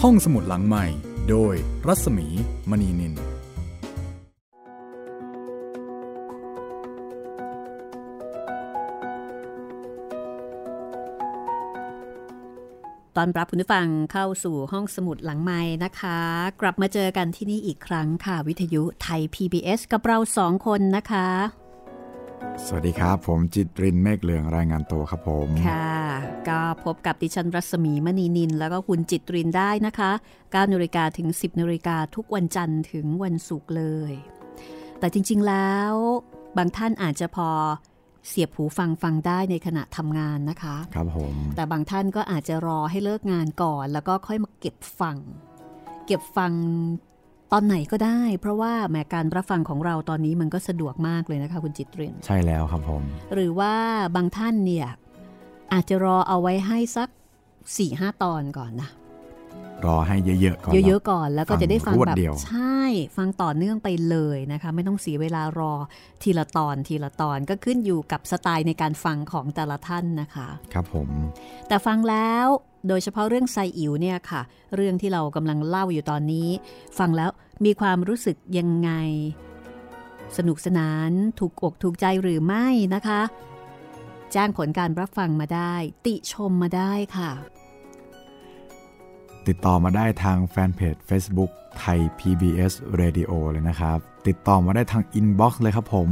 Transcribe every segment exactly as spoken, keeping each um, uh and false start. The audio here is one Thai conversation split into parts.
ห้องสมุดหลังใหม่โดยรัศมีมณีนินตอนรับคุณผู้ฟังเข้าสู่ห้องสมุดหลังไมค์นะคะกลับมาเจอกันที่นี่อีกครั้งค่ะวิทยุไทย พี บี เอส กับเราสองคนนะคะสวัสดีครับผมจิตรินเมฆเหลืองรายงานตัวครับผมค่ะก็พบกับดิฉันรัศมีมณีนินแล้วก็คุณจิตรินได้นะคะเก้านาฬิกาถึงสิบนาฬิกาทุกวันจันทร์ถึงวันศุกร์เลยแต่จริงๆแล้วบางท่านอาจจะพอเสียบหูฟังฟังได้ในขณะทำงานนะคะครับผมแต่บางท่านก็อาจจะรอให้เลิกงานก่อนแล้วก็ค่อยมาเก็บฟังเก็บฟังตอนไหนก็ได้เพราะว่าแม้การรับฟังของเราตอนนี้มันก็สะดวกมากเลยนะคะคุณจิตรินใช่แล้วครับผมหรือว่าบางท่านเนี่ยอาจจะรอเอาไว้ให้สัก สี่ห้า ตอนก่อนนะรอให้เยอะๆก่อนเยอะๆก่อนแล้วก็จะได้ฟังแบบใช่ฟังต่อเนื่องไปเลยนะคะไม่ต้องเสียเวลารอทีละตอนทีละตอนก็ขึ้นอยู่กับสไตล์ในการฟังของแต่ละท่านนะคะครับผมแต่ฟังแล้วโดยเฉพาะเรื่องไซอิ๋วเนี่ยค่ะเรื่องที่เรากำลังเล่าอยู่ตอนนี้ฟังแล้วมีความรู้สึกยังไงสนุกสนานถูกอกถูกใจหรือไม่นะคะแจ้งผลการรับฟังมาได้ติชมมาได้ค่ะติดต่อมาได้ทางแฟนเพจ Facebook ไทย พี บี เอส Radio เลยนะครับติดต่อมาได้ทางอินบ็อกซ์เลยครับผม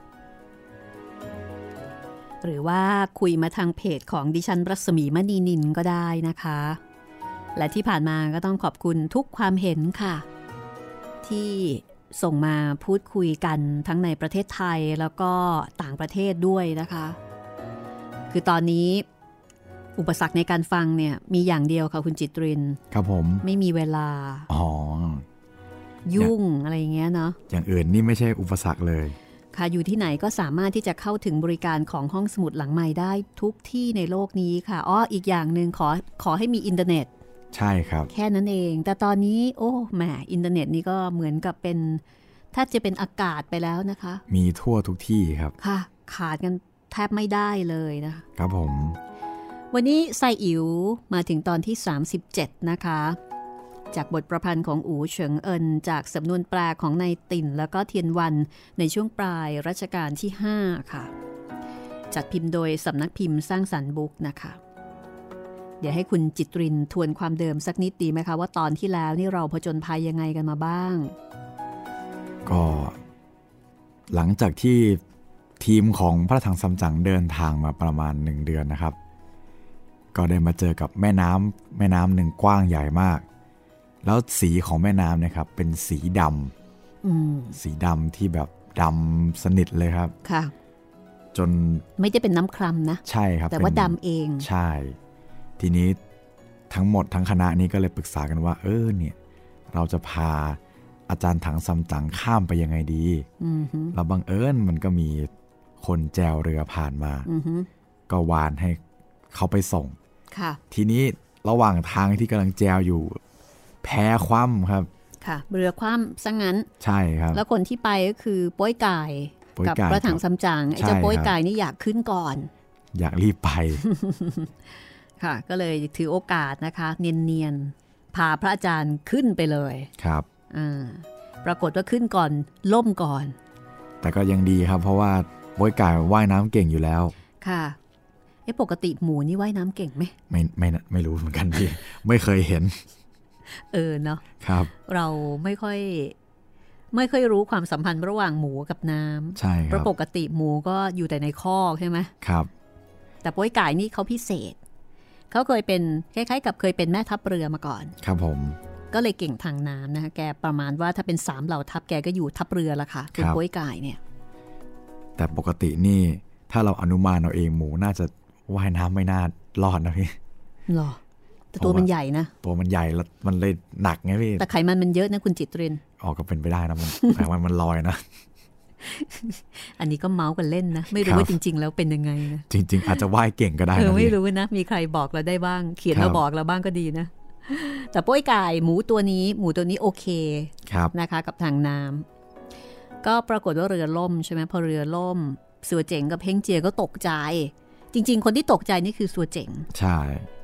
หรือว่าคุยมาทางเพจของดิฉันรัศมีมณีนินก็ได้นะคะและที่ผ่านมาก็ต้องขอบคุณทุกความเห็นค่ะที่ส่งมาพูดคุยกันทั้งในประเทศไทยแล้วก็ต่างประเทศด้วยนะคะคือตอนนี้อุปสรรคในการฟังเนี่ยมีอย่างเดียวค่ะคุณจิตรินครับผมไม่มีเวลาอ๋อยุ่งอะไรอย่างเงี้ยเนาะอย่างอื่นนี่ไม่ใช่อุปสรรคเลยค่ะอยู่ที่ไหนก็สามารถที่จะเข้าถึงบริการของห้องสมุดหลังไมค์ได้ทุกที่ในโลกนี้ค่ะอ้ออีกอย่างนึงขอขอให้มีอินเทอร์เน็ตใช่ครับแค่นั้นเองแต่ตอนนี้โอ้แหมอินเทอร์เน็ตนี่ก็เหมือนกับเป็นแทบจะเป็นอากาศไปแล้วนะคะมีทั่วทุกที่ครับค่ะขาดกันแทบไม่ได้เลยนะครับผมวันนี้ไซอิ๋วมาถึงตอนที่สามสิบเจ็ดนะคะจากบทประพันธ์ของอู๋เฉิงเอินจากสำนวนแปลของนายติ่นแล้วก็เทียนวันในช่วงปลายรัชกาลที่ห้าค่ะจัดพิมพ์โดยสำนักพิมพ์สร้างสรรค์บุ๊กนะคะเดี๋ยวให้คุณจิตรินทวนความเดิมสักนิดดีไหมคะว่าตอนที่แล้วนี่เราผจญภัยยังไงกันมาบ้างก็หลังจากที่ทีมของพระถังซัมจั๋งเดินทางมาประมาณหนึ่งเดือนนะครับก็ได้มาเจอกับแม่น้ำแม่น้ำหนึ่งกว้างใหญ่มากแล้วสีของแม่น้ำเนี่ยครับเป็นสีดำสีดำที่แบบดำสนิทเลยครับค่ะจนไม่ได้เป็นน้ำคร่ำนะใช่ครับแต่ว่าดำเองใช่ทีนี้ทั้งหมดทั้งคณะนี้ก็เลยปรึกษากันว่าเออเนี่ยเราจะพาอาจารย์ถังซัมจั๋งข้ามไปยังไงดีแล้วบังเอิญมันก็มีคนแจวเรือผ่านมาก็วานให้เขาไปส่งทีนี้ระหว่างทางที่กำลังแจวอยู่แพ้คว่ำครับค่ะเรือคว่ำซะงั้นใช่ครับแล้วคนที่ไปก็คือโป้ยก่ายกับพระถังซัมจั๋งไอ้เจ้าโป้ยก่ายนี่อยากขึ้นก่อนอยากรีบไปค่ะก็เลยถือโอกาสนะคะเนียนๆพาพระอาจารย์ขึ้นไปเลยครับอ่าปรากฏว่าขึ้นก่อนล่มก่อนแต่ก็ยังดีครับเพราะว่าโป้ยก่ายว่ายน้ำเก่งอยู่แล้วค่ะเอ๊ะปกติหมูนี่ว่ายน้ำเก่งไหมไม่ไม่ไม่รู้เหมือนกันพี่ ไม่เคยเห็นเออเนาะครับเราไม่ค่อยไม่ค่อยรู้ความสัมพันธ์ระหว่างหมูกับน้ำใช่ครับเพราะปกติหมูก็อยู่แต่ในคอกใช่ไหมครับแต่โป้ยก่ายนี่เขาพิเศษเขาเคยเป็นคล้ายๆกับเคยเป็นแม่ทัพเรือมาก่อนครับผมก็เลยเก่งทางน้ำนะคะแกประมาณว่าถ้าเป็นสามเหล่าทัพแกก็อยู่ทัพเรือละค่ะคุณโป้ยก่ายเนี่ยแต่ปกตินี่ถ้าเราอนุมานเอาเองหมูน่าจะว่ายน้ำไม่น่ารอดนะพี่หรอแต่ตัวมันใหญ่นะตัวมันใหญ่แล้วมันเลยหนักไงพี่แต่ไขมันมันเยอะนะคุณจิตรินอ๋อก็เป็นไปได้นะมันไขมันมันลอยนะอันนี้ก็เมาส์กันเล่นนะไม่รู้ว่าจริงๆแล้วเป็นยังไงนะจริงๆอาจจะว่ายเก่งก็ได้นะไม่รู้นะมีใครบอกเราได้บ้างเขียนมาบอกเราบ้างก็ดีนะแต่โป้ยก่ายหมูตัวนี้หมูตัวนี้โอเคนะคะกับทางน้ำก็ปรากฏว่าเรือล่มใช่ไหมพอเรือล่มสัวเจ๋งกับเพ่งเจียก็ตกใจจริงๆคนที่ตกใจนี่คือสัวเจ๋งใช่ส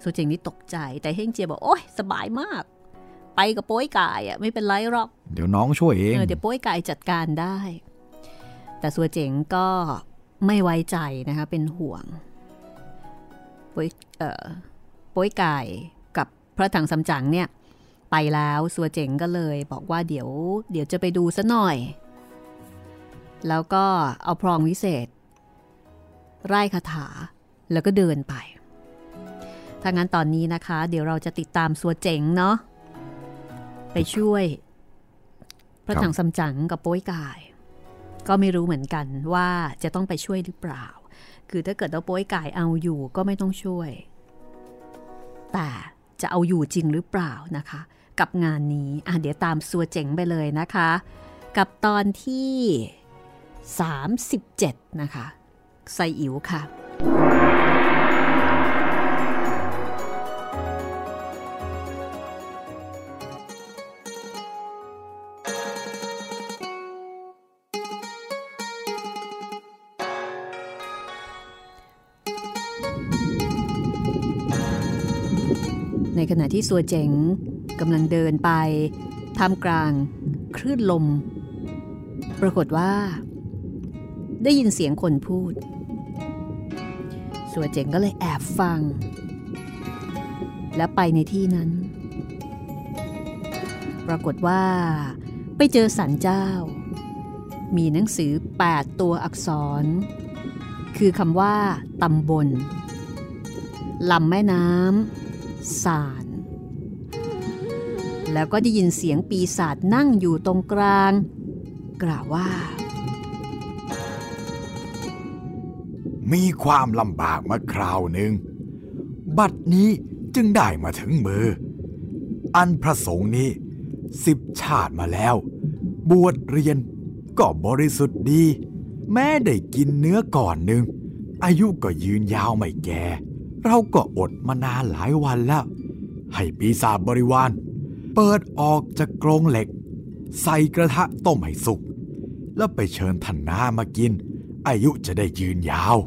สัวเจ๋งนี่ตกใจแต่เฮ่งเจียบอกโอ๊ยสบายมากไปกับโป้ยกายอ่ะไม่เป็นไรหรอกเดี๋ยวน้องช่วยเองเออเดี๋ยวโป้ยกายจัดการได้แต่สัวเจ๋งก็ไม่ไว้ใจนะคะเป็นห่วงโป้ยเอ่อโป้ยกายกับพระถังซัมจั๋งเนี่ยไปแล้วสัวเจ๋งก็เลยบอกว่าเดี๋ยวเดี๋ยวจะไปดูซะหน่อยแล้วก็เอาพรองวิเศษไล่คาถาแล้วก็เดินไปถ้างั้นตอนนี้นะคะเดี๋ยวเราจะติดตามสัวเจ๋งเนาะไปช่วยพระถังซัมจั๋งกับโป้ยกายก็ไม่รู้เหมือนกันว่าจะต้องไปช่วยหรือเปล่าคือถ้าเกิดว่าโป้ยกายเอาอยู่ก็ไม่ต้องช่วยแต่จะเอาอยู่จริงหรือเปล่านะคะกับงานนี้อ่ะเดี๋ยวตามสัวเจ๋งไปเลยนะคะกับตอนที่สามสิบเจ็ดนะคะไซอิ๋วค่ะในขณะที่สัวเจ๋งกำลังเดินไปท่ามกลางคลื่นลมปรากฏว่าได้ยินเสียงคนพูดสัวเจ๋งก็เลยแอบฟังและไปในที่นั้นปรากฏว่าไปเจอศาลเจ้ามีหนังสือแปดตัวอักษรคือคำว่าตำบลลำแม่น้ำสารแล้วก็ได้ยินเสียงปีศาจนั่งอยู่ตรงกลางกล่าวว่ามีความลำบากมาคราวหนึ่งบัดนี้จึงได้มาถึงมืออันพระสงฆ์นี้สิบชาติมาแล้วบวชเรียนก็บริสุทธิ์ดีแม้ได้กินเนื้อก่อนหนึ่งอายุก็ยืนยาวไม่แก่เราก็อดมานานหลายวันแล้วให้ปีศาจบริวารเปิดออกจากกรงเหล็กใส่กระทะต้มให้สุกแล้วไปเชิญท่านน้ามากินอายุจะได้ยืนยาว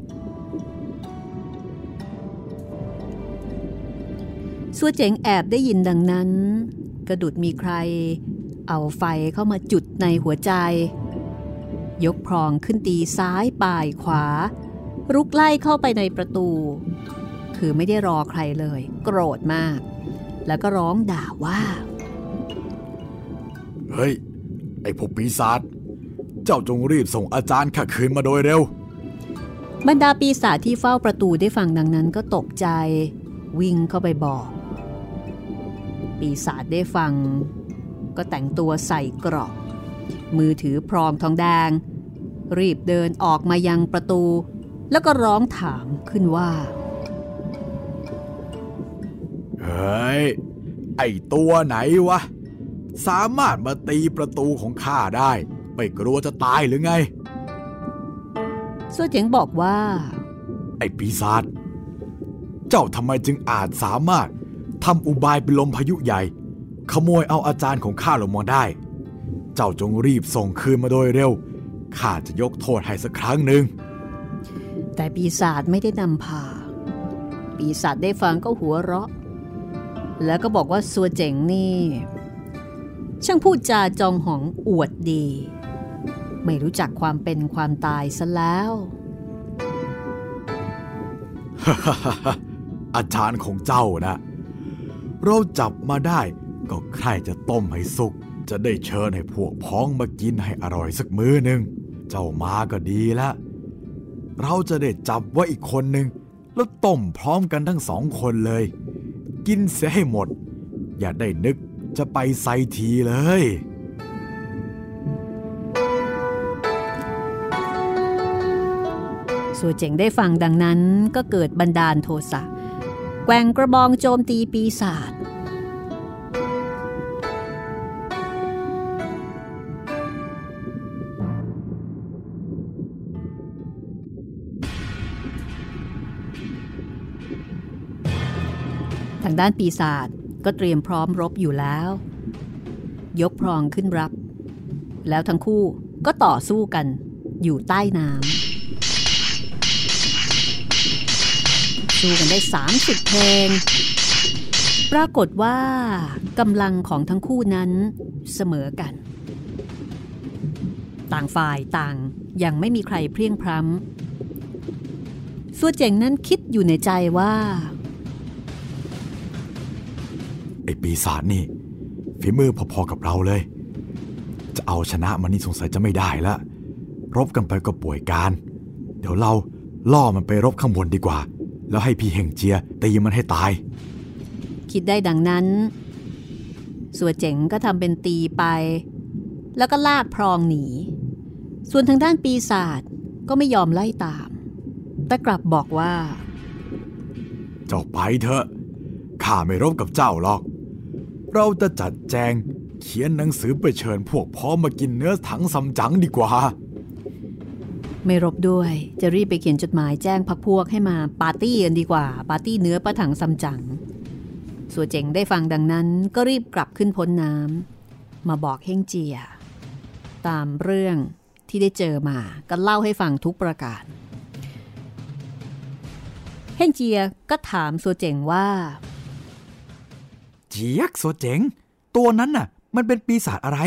สัวเจ๋งแอบได้ยินดังนั้นกระดุดมีใครเอาไฟเข้ามาจุดในหัวใจยกพรองขึ้นตีซ้ายป่ายขวารุกไล่เข้าไปในประตูคือไม่ได้รอใครเลยโกรธมากแล้วก็ร้องด่าว่าเฮ้ยไอ้พวกปีศาจเจ้าจงรีบส่งอาจารย์ข้าคืนมาโดยเร็วบรรดาปีศาจที่เฝ้าประตูได้ฟังดังนั้นก็ตกใจวิ่งเข้าไปบอกปีศาจได้ฟังก็แต่งตัวใส่เกราะมือถือพรองทองแดงรีบเดินออกมายังประตูแล้วก็ร้องถามขึ้นว่าเฮ้ยไอ้ตัวไหนวะสามารถมาตีประตูของข้าได้ไม่กลัวจะตายหรือไงสัวเจ๋งบอกว่าไอ้ปีศาจเจ้าทำไมจึงอาจสามารถทำอุบายเป็นลมพายุใหญ่ขโมยเอาอาจารย์ของข้าลงมาได้เจ้าจงรีบส่งคืนมาโดยเร็วข้าจะยกโทษให้สักครั้งหนึ่งแต่ปีศาจไม่ได้นำพาปีศาจได้ฟังก็หัวเราะแล้วก็บอกว่าสัวเจ๋งนี่ช่างพูดจาจองหองอวดดีไม่รู้จักความเป็นความตายซะแล้วอาจารย์ของเจ้านะเราจับมาได้ก็ใครจะต้มให้สุกจะได้เชิญให้พวกพ้องมากินให้อร่อยสักมื้อหนึ่งเจ้ามาก็ดีละเราจะได้จับไว้อีกคนหนึ่งแล้วต้มพร้อมกันทั้งสองคนเลยกินเสียให้หมดอย่าได้นึกจะไปไซทีเลยสัวเจ๋งได้ฟังดังนั้นก็เกิดบันดาลโทสะแกว่งกระบองโจมตีปีศาจทางด้านปีศาจก็เตรียมพร้อมรบอยู่แล้วยกพรองขึ้นรับแล้วทั้งคู่ก็ต่อสู้กันอยู่ใต้น้ำสู้กันได้สามสิบเพลงปรากฏว่ากำลังของทั้งคู่นั้นเสมอกันต่างฝ่ายต่างยังไม่มีใครเพรียงพร้ำซัวเจ๋งนั้นคิดอยู่ในใจว่าไอ้ปีศาจนี่ฝีมือพอๆกับเราเลยจะเอาชนะมันนี่สงสัยจะไม่ได้ละรบกันไปก็ป่วยการเดี๋ยวเราล่อมันไปรบข้างบนดีกว่าแล้วให้พี่เฮงเจียตีมันให้ตายคิดได้ดังนั้นซัวเจ๋งก็ทำเป็นตีไปแล้วก็ลากพรองหนีส่วนทางด้านปีศาจก็ไม่ยอมไล่ตามแต่กลับบอกว่าเจ้าไปเถอะข้าไม่รบกับเจ้าหรอกเราจะจัดแจงเขียนหนังสือไปเชิญพวกพ้องมากินเนื้อถังซัมจั๋งดีกว่าไม่รบด้วยจะรีบไปเขียนจดหมายแจ้งพรรคพวกให้มาปาร์ตี้กันดีกว่าปาร์ตี้เนื้อปะถังซัมจั๋งซัวเจ๋งได้ฟังดังนั้นก็รีบกลับขึ้นพ้นน้ำมาบอกเฮ่งเจียตามเรื่องที่ได้เจอมาก็เล่าให้ฟังทุกประการเฮ่งเจียก็ถามซัวเจ๋งว่าเจียกซัวเจ๋งตัวนั้นน่ะมันเป็นปีศาจอะไร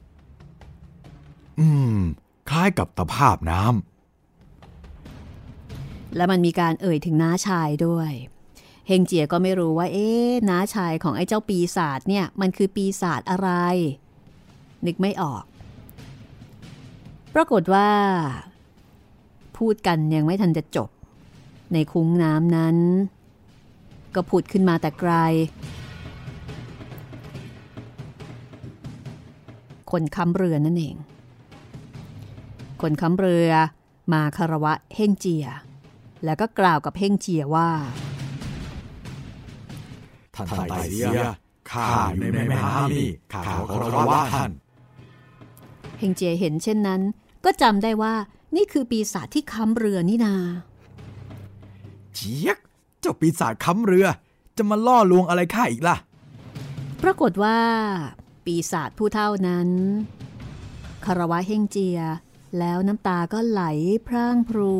อืมคล้ายกับตะภาพน้ำและมันมีการเอ่ยถึงน้าชายด้วยเฮงเจียก็ไม่รู้ว่าเอ๊ะน้าชายของไอ้เจ้าปีศาจเนี่ยมันคือปีศาจอะไรนึกไม่ออกปรากฏว่าพูดกันยังไม่ทันจะจบในคุ้งน้ำนั้นก็ผุดขึ้นมาแต่ไกลคนค้ำเรือนั่นเองคนค้ำเรือมาคารวะเฮ่งเจียแล้วก็กล่าวกับเฮ่งเจียว่าท่านไต่เสียข้าอยู่ในแม่น้ำนี่ข้าขอคารวะท่านเฮ่งเจียเห็นเช่นนั้นก็จำได้ว่านี่คือปีศาจที่ค้ำเรือนี่นาเจี๊ยกเจ้าปีศาจค้ำเรือจะมาล่อลวงอะไรข้าอีกล่ะปรากฏว่าปีศาจผู้เฒ่านั้นคารวะเฮ่งเจียแล้วน้ำตาก็ไหลพร่างพรู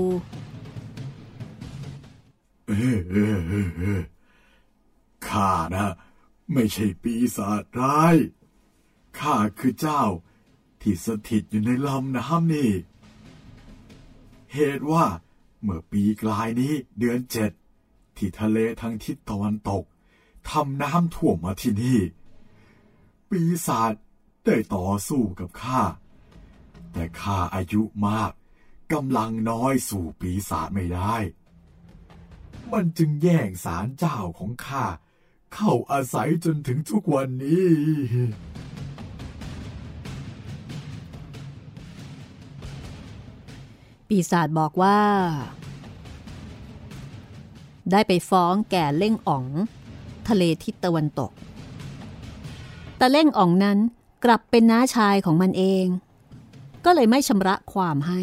เออเออเออเออข้านะไม่ใช่ปีศาจร้ายข้าคือเจ้าที่สถิตอยู่ในลำน้ำนี่เหตุว่าเมื่อปีกลายนี้เดือนเจ็ดที่ทะเลทางทิศตะวันตกทำน้ำท่วมมาที่นี่ปีศาจได้ต่อสู้กับข้าแต่ข้าอายุมากกำลังน้อยสู่ปีศาจไม่ได้มันจึงแย่งศาลเจ้าของข้าเข้าอาศัยจนถึงทุกวันนี้ปีศาจบอกว่าได้ไปฟ้องแก่เล่งอ๋องทะเลทิศตะวันตกแต่เล่งอ๋องนั้นกลับเป็นน้าชายของมันเองก็เลยไม่ชำระความให้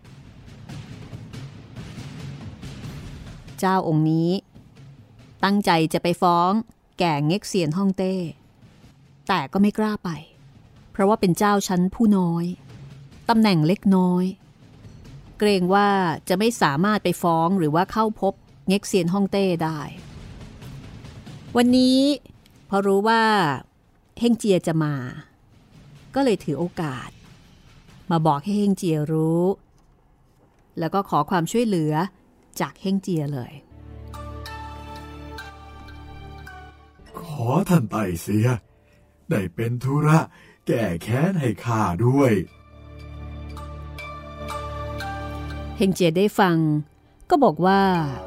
เจ้าองค์นี้ตั้งใจจะไปฟ้องแก่เง็กเซียนฮ่องเต้แต่ก็ไม่กล้าไปเพราะว่าเป็นเจ้าชั้นผู้น้อยตำแหน่งเล็กน้อยเกรงว่าจะไม่สามารถไปฟ้องหรือว่าเข้าพบเง็กเซียนฮ่องเต้ได้วันนี้พอรู้ว่าเฮ่งเจียจะมาก็เลยถือโอกาสมาบอกให้เฮ่งเจียรู้แล้วก็ขอความช่วยเหลือจากเฮ่งเจียเลยขอท่านไต่เสียได้เป็นธุระแก้แค้นให้ข้าด้วยเฮ่งเจียได้ฟังก็บอกว่า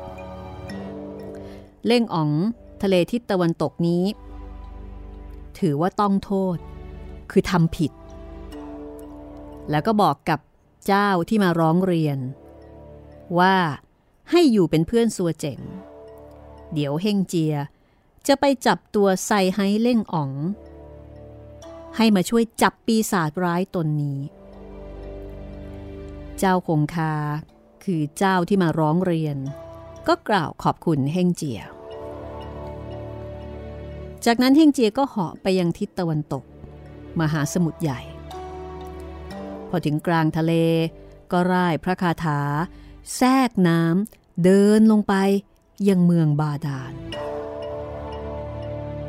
เล่งอ๋องทะเลทิศตะวันตกนี้ถือว่าต้องโทษคือทำผิดแล้วก็บอกกับเจ้าที่มาร้องเรียนว่าให้อยู่เป็นเพื่อนซัวเจ๋งเดี๋ยวเฮ่งเจียจะไปจับตัวไซไฮเล่งอ๋องให้มาช่วยจับปีศาจร้ายตนนี้เจ้าคงคาคือเจ้าที่มาร้องเรียนก็กล่าวขอบคุณเฮ่งเจียจากนั้นเฮ่งเจียก็เหาะไปยังทิศตะวันตกมหาสมุทรใหญ่พอถึงกลางทะเลก็ร่ายพระคาถาแทรกน้ำเดินลงไปยังเมืองบาดาล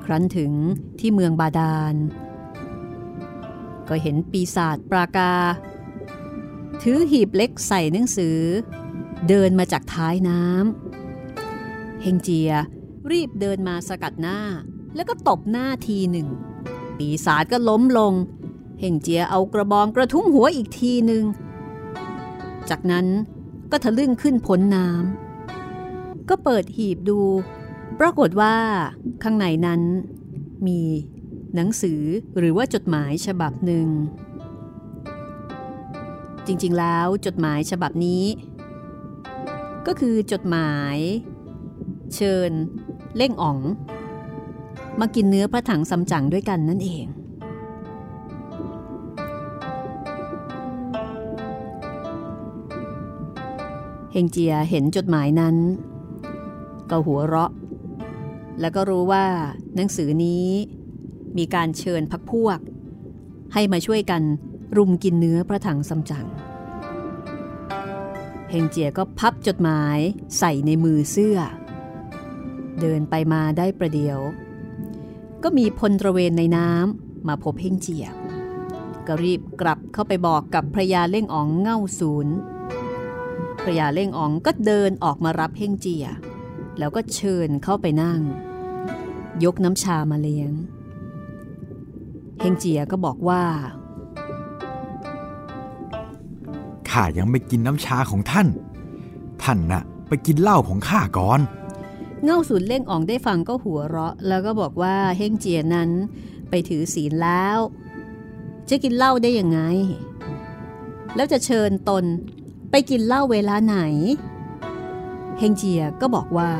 ครั้นถึงที่เมืองบาดาลก็เห็นปีศาจปรากาถือหีบเล็กใส่หนังสือเดินมาจากท้ายน้ำเฮงเจียรีบเดินมาสกัดหน้าแล้วก็ตบหน้าทีหนึ่งปีศาจก็ล้มลงเฮงเจียเอากระบองกระทุ้งหัวอีกทีหนึ่งจากนั้นก็ทะลึ่งขึ้นพ้นน้ำก็เปิดหีบดูปรากฏว่าข้างในนั้นมีหนังสือหรือว่าจดหมายฉบับหนึ่งจริงๆแล้วจดหมายฉบับนี้ก็คือจดหมายเชิญเล่งอ๋องมากินเนื้อพระถังซัมจั๋งด้วยกันนั่นเองเฮงเจียเห็นจดหมายนั้นก็หัวเราะแล้วก็รู้ว่าหนังสือนี้มีการเชิญพรรคพวกให้มาช่วยกันรุมกินเนื้อพระถังซัมจั๋งเฮงเจียก็พับจดหมายใส่ในมือเสื้อเดินไปมาได้ประเดี๋ยวก็มีพลตระเวนในน้ำมาพบเฮงเจียก็รีบกลับเข้าไปบอกกับพระยาเล่งอ๋องเง่าศูนย์พระยาเล่งอ๋องก็เดินออกมารับเฮงเจียแล้วก็เชิญเข้าไปนั่งยกน้ำชามาเลี้ยงเฮงเจียก็บอกว่าข้ายังไม่กินน้ำชาของท่านท่านน่ะไปกินเหล้าของข้าก่อนเง่าศูนย์เล่งอ๋องได้ฟังก็หัวเราะแล้วก็บอกว่าเฮงเจียนั้นไปถือศีลแล้วจะกินเหล้าได้ยังไงแล้วจะเชิญตนไปกินเหล้าเวลาไหนเฮงเจียก็บอกว่า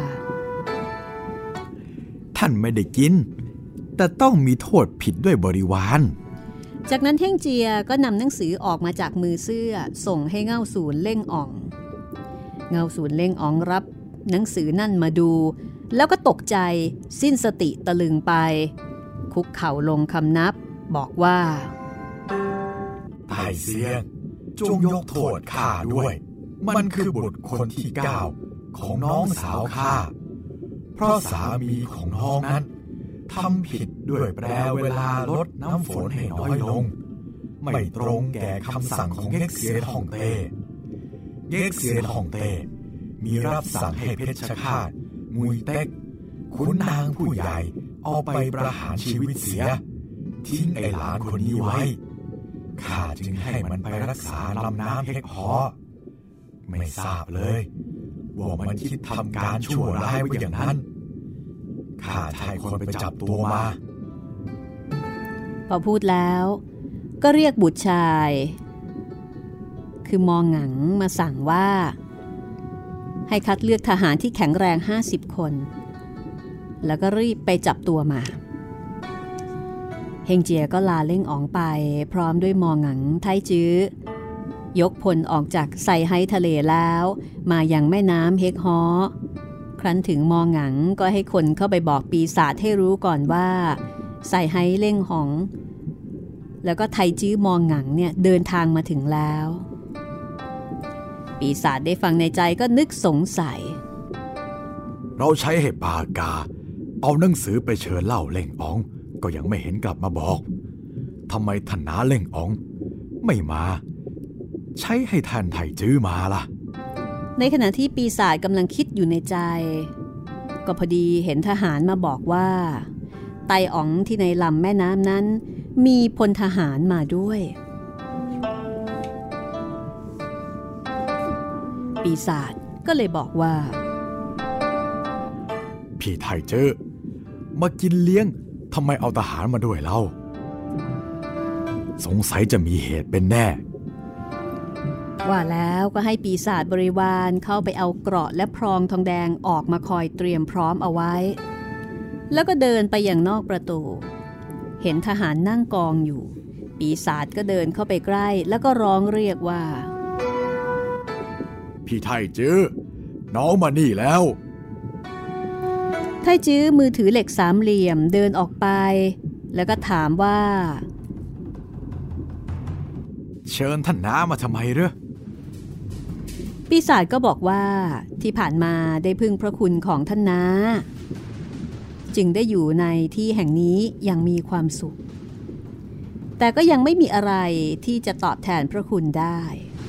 ท่านไม่ได้กินแต่ต้องมีโทษผิดด้วยบริวารจากนั้นเฮงเจียก็นำหนังสือออกมาจากมือเสื้อส่งให้เง่าศูนย์เล่งอ๋องเง่าศูนย์เล่งอ๋องรับหนังสือนั่นมาดูแล้วก็ตกใจสิ้นสติตะลึงไปคุกเข่าลงคำนับบอกว่าไต่เสียงจงยกโทษข้าด้วยมันคือบุตรคนที่เก้าของน้องสาวข้าเพราะสามีของน้องนั้นทำผิดด้วยแปรเวลาลดน้ำฝนให้น้อยลงไม่ตรงแก่คำสั่งของเง็กเสียท่องเต้เง็กเสียท่องเต้มีรับสั่งให้เพชฌฆาตมุยเต็กขุนนางผู้ใหญ่เอาไปประหารชีวิตเสียทิ้งไอ้หลานคนนี้ไว้ข้าจึงให้มันไปรักษาลำน้ำเฮกฮอไม่ทราบเลยว่ามันคิดทำการชั่วร้ายไว้อย่างนั้นข้าให้คนไปจับตัวมาพอพูดแล้วก็เรียกบุตรชายคือมองหงังมาสั่งว่าให้คัดเลือกทหารที่แข็งแรงห้าสิบคนแล้วก็รีบไปจับตัวมาเฮงเจียก็ลาเล่งอ๋องไปพร้อมด้วยมองหงังไทจื้อยกพลออกจากไซไฮทะเลแล้วมายังแม่น้ำเฮกฮอครั้นถึงมองหงังก็ให้คนเข้าไปบอกปีศาจให้รู้ก่อนว่าไซไฮเล่งหองแล้วก็ไทจื้อมองหงังเนี่ยเดินทางมาถึงแล้วปีศาจได้ฟังในใจก็นึกสงสัยเราใช้ให้ปากาเอาหนังสือไปเชิญเล่าเล่งอ๋องก็ยังไม่เห็นกลับมาบอกทำไมท่านน้าเล่งอ๋องไม่มาใช้ให้ท่านไทจื้อมาล่ะในขณะที่ปีศาจกำลังคิดอยู่ในใจก็พอดีเห็นทหารมาบอกว่าไตอ๋องที่ในลำแม่น้ำนั้นมีพลทหารมาด้วยปีศาจก็เลยบอกว่าพี่ไทจื้อมากินเลี้ยงทำไมเอาทหารมาด้วยเล่าสงสัยจะมีเหตุเป็นแน่ว่าแล้วก็ให้ปีศาจบริวารเข้าไปเอาเกราะและพรองทองแดงออกมาคอยเตรียมพร้อมเอาไว้แล้วก็เดินไปอย่างนอกประตูเห็นทหารนั่งกองอยู่ปีศาจก็เดินเข้าไปใกล้แล้วก็ร้องเรียกว่าพี่ไทจื้อน้องมานี่แล้วไทจื้อมือถือเหล็กสามเหลี่ยมเดินออกไปแล้วก็ถามว่าเชิญท่านน้ามาทำไมเหรอปีศาจก็บอกว่าที่ผ่านมาได้พึ่งพระคุณของท่านน้าจึงได้อยู่ในที่แห่งนี้อย่างมีความสุขแต่ก็ยังไม่มีอะไรที่จะตอบแทนพระคุณได้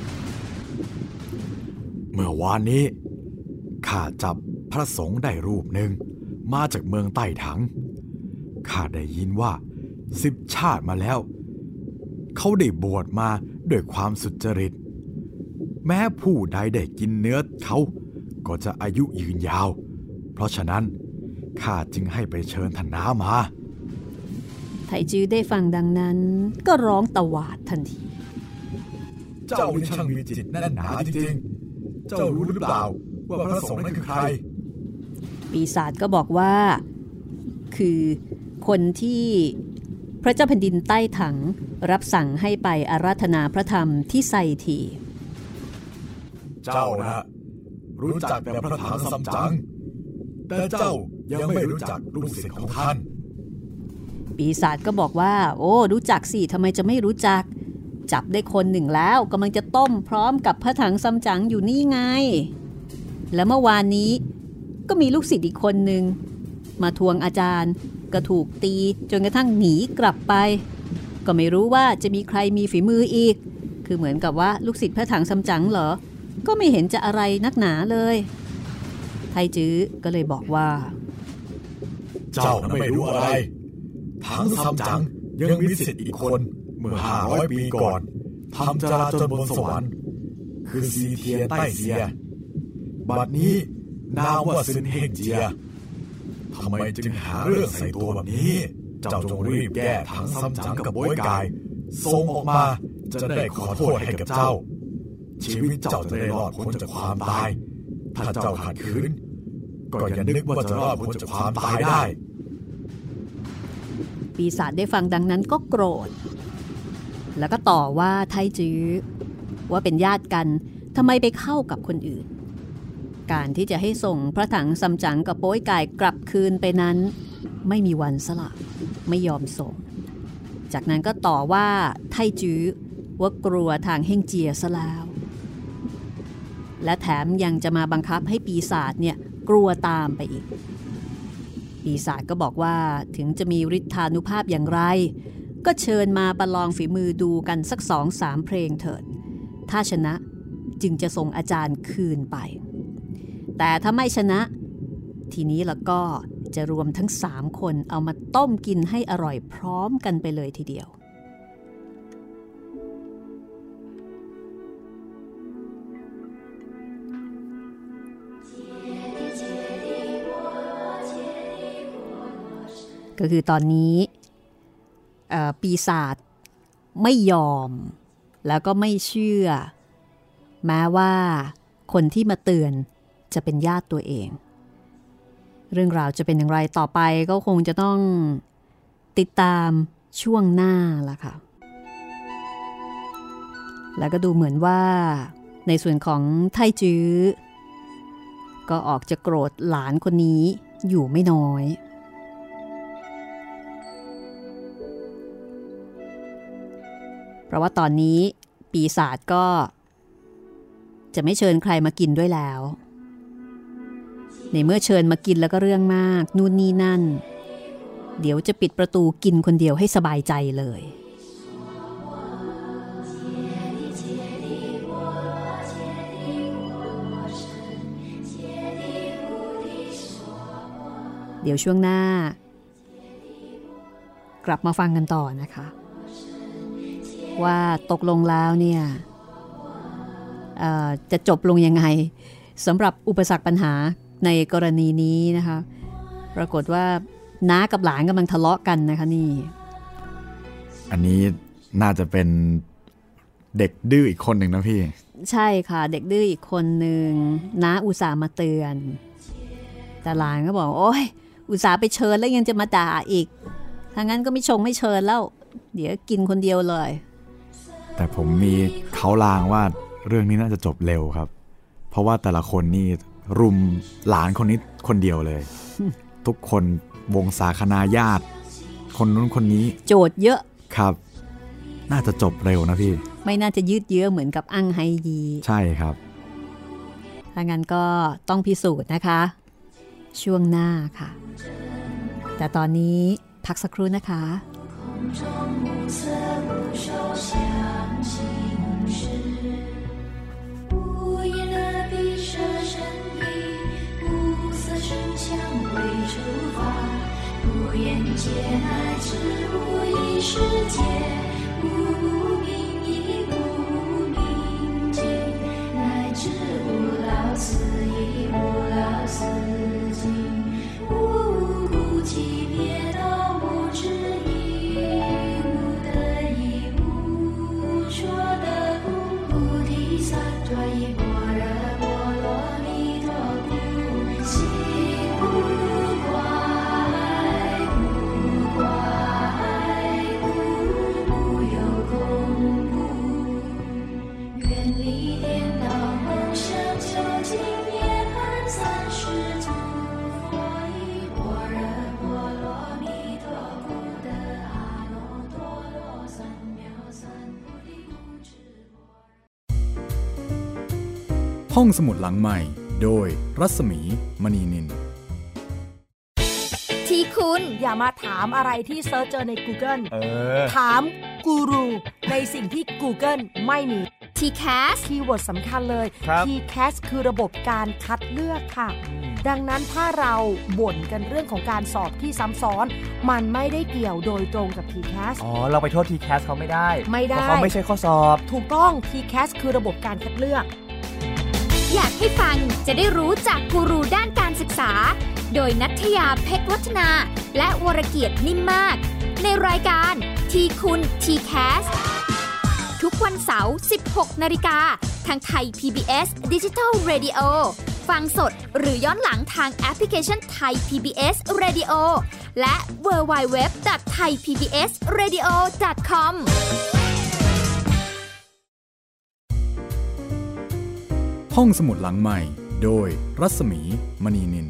เมื่อวานนี้ข้าจับพระสงฆ์ได้รูปหนึ่งมาจากเมืองใต้ถังข้าได้ยินว่าสิบชาติมาแล้วเขาได้บวชมาด้วยความสุจริตแม้ผู้ใดได้กินเนื้อเขาก็จะอายุยืนยาวเพราะฉะนั้นข้าจึงให้ไปเชิญท่านน้ามาไถจื้อได้ฟังดังนั้นก็ร้องตวาดทันทีเจ้าช่างมีจิตแน่นหนาจริงๆเจ้ารู้หรือเปล่าว่าพระสงฆ์นั้นคือใครปีศาจก็บอกว่าคือคนที่พระเจ้าแผ่นดินใต้ถังรับสั่งให้ไปอาราธนาพระธรรมที่ไซทีเจ้านะรู้จักแต่พระถังซัมจั๋งแต่เจ้ายังไม่รู้จักลูกศิษย์ของท่านปีศาจก็บอกว่าโอ้รู้จักสิทำไมจะไม่รู้จักจับได้คนหนึ่งแล้วกำลังจะต้มพร้อมกับพระถังซัมจั๋งอยู่นี่ไงและเมื่อวานนี้ก็มีลูกศิษย์อีกคนหนึ่งมาทวงอาจารย์ก็ถูกตีจนกระทั่งหนีกลับไปก็ไม่รู้ว่าจะมีใครมีฝีมืออีกคือเหมือนกับว่าลูกศิษย์พระถังซัมจั๋งเหรอก็ไม่เห็นจะอะไรนักหนาเลยไทจื้อก็เลยบอกว่าเจ้าไม่รู้อะไรถังซัมจั๋งยังมีศิษย์อีกคนเมื่อห้าร้อยปีก่อนทำจราจรบนสวรรค์คือซีเทียใต้เซียบัดนี้นามว่าซินเฮงเจียทำไมจึงหาเรื่องใส่ตัวแบบนี้เจ้าจงรีบแก้ถังซัมจั๋งกับโบยกายส่งออกมาจะได้ขอโทษให้กับเจ้าชีวิตเจ้าจะได้รอดพ้นจากความตายถ้าเจ้าขัดขืนก็อย่านึกว่าจะรอดพ้นจากความตายได้ปีศาจได้ฟังดังนั้นก็โกรธแล้วก็ต่อว่าไทจื้อว่าเป็นญาติกันทำไมไปเข้ากับคนอื่นการที่จะให้ส่งพระถังซัมจั๋งกับโป๊ยไก่กลับคืนไปนั้นไม่มีวันสละไม่ยอมส่งจากนั้นก็ต่อว่าไทจื้อว่ากลัวทางเฮ่งเจียซะแล้วและแถมยังจะมาบังคับให้ปีศาจเนี่ยกลัวตามไปอีกปีศาจก็บอกว่าถึงจะมีฤทธานุภาพอย่างไรก็เชิญมาประลองฝีมือดูกันสักสองสามเพลงเถิดถ้าชนะจึงจะส่งอาจารย์คืนไปแต่ถ้าไม่ชนะทีนี้แล้วก็จะรวมทั้งสามคนเอามาต้มกินให้อร่อยพร้อมกันไปเลยทีเดียวก็คือตอนนี้ปีศาจไม่ยอมแล้วก็ไม่เชื่อแม้ว่าคนที่มาเตือนจะเป็นญาติตัวเองเรื่องราวจะเป็นอย่างไรต่อไปก็คงจะต้องติดตามช่วงหน้าล่ะค่ะแล้วก็ดูเหมือนว่าในส่วนของไทจื้อก็ออกจะโกรธหลานคนนี้อยู่ไม่น้อยเพราะว่าตอนนี้ปีศาจก็จะไม่เชิญใครมากินด้วยแล้วในเมื่อเชิญมากินแล้วก็เรื่องมากนู่นนี่นั่นเดี๋ยวจะปิดประตูกินคนเดียวให้สบายใจเลยเดี๋ยวช่วงหน้ากลับมาฟังกันต่อนะคะว่าตกลงแล้วเนี่ยจะจบลงยังไงสำหรับอุปสรรคปัญหาในกรณีนี้นะคะปรากฏว่าน้ากับหลานกำลังทะเลาะกันนะคะนี่อันนี้น่าจะเป็นเด็กดื้ออีกคนหนึ่งนะพี่ใช่ค่ะเด็กดื้ออีกคนหนึ่งน้าอุตส่าห์มาเตือนแต่หลานก็บอกโอ๊ยอุตส่าห์ไปเชิญแล้วยังจะมาด่าอีกถ้างั้นก็ไม่ชงไม่เชิญแล้วเดี๋ยวกินคนเดียวเลยแต่ผมมีเขาลางว่าเรื่องนี้น่าจะจบเร็วครับเพราะว่าแต่ละคนนี่รุมหลานคนนี้คนเดียวเลย ทุกคนวงศาคณาญาติคนนู้นคนนี้โจทย์เยอะครับน่าจะจบเร็วนะพี่ไม่น่าจะยืดเยื้อเหมือนกับอั้งไฮยีใช่ครับถ้างั้นก็ต้องพิสูจน์นะคะช่วงหน้าค่ะแต่ตอนนี้พักสักครู่นะคะ无言间爱之无意世界，无名亦无明尽，乃至无老死亦无老死尽，无故寂灭道无知亦无得亦无说得故，菩提萨埵亦般若波罗蜜多故，心不挂ห้องสมุดหลังใหม่โดยรัศมีมณีนินที่คุณอย่ามาถามอะไรที่เซิร์ชเจอใน Google เออถามกูรูในสิ่งที่ Google ไม่มีที แคสคีย์เวิร์ดสำคัญเลย ที แคส คือระบบการคัดเลือกค่ะดังนั้นถ้าเราบ่นกันเรื่องของการสอบที่ซ้ำซ้อนมันไม่ได้เกี่ยวโดยตรงกับ ที แคสอ๋อเราไปโทษ ที แคส เขาไม่ได้ไม่ได้เพราะเขาไม่ใช่ข้อสอบถูกต้อง ที แคส คือระบบการคัดเลือกอยากให้ฟังจะได้รู้จากกูรูด้านการศึกษาโดยณัฐยาเพชรวัฒนาและวรเกียรตินิ่มมากในรายการทีคุณ ที แคส ทุกวันเสาร์ สิบหกนาฬิกาทางไทย พี บี เอส Digital Radio ฟังสดหรือย้อนหลังทางแอปพลิเคชันไทย พี บี เอส Radio และ ดับเบิลยู ดับเบิลยู ดับเบิลยู ดอท ไทย พี บี เอส เรดิโอ ดอท คอมห้องสมุดหลังใหม่โดยรัศมีมณีนิน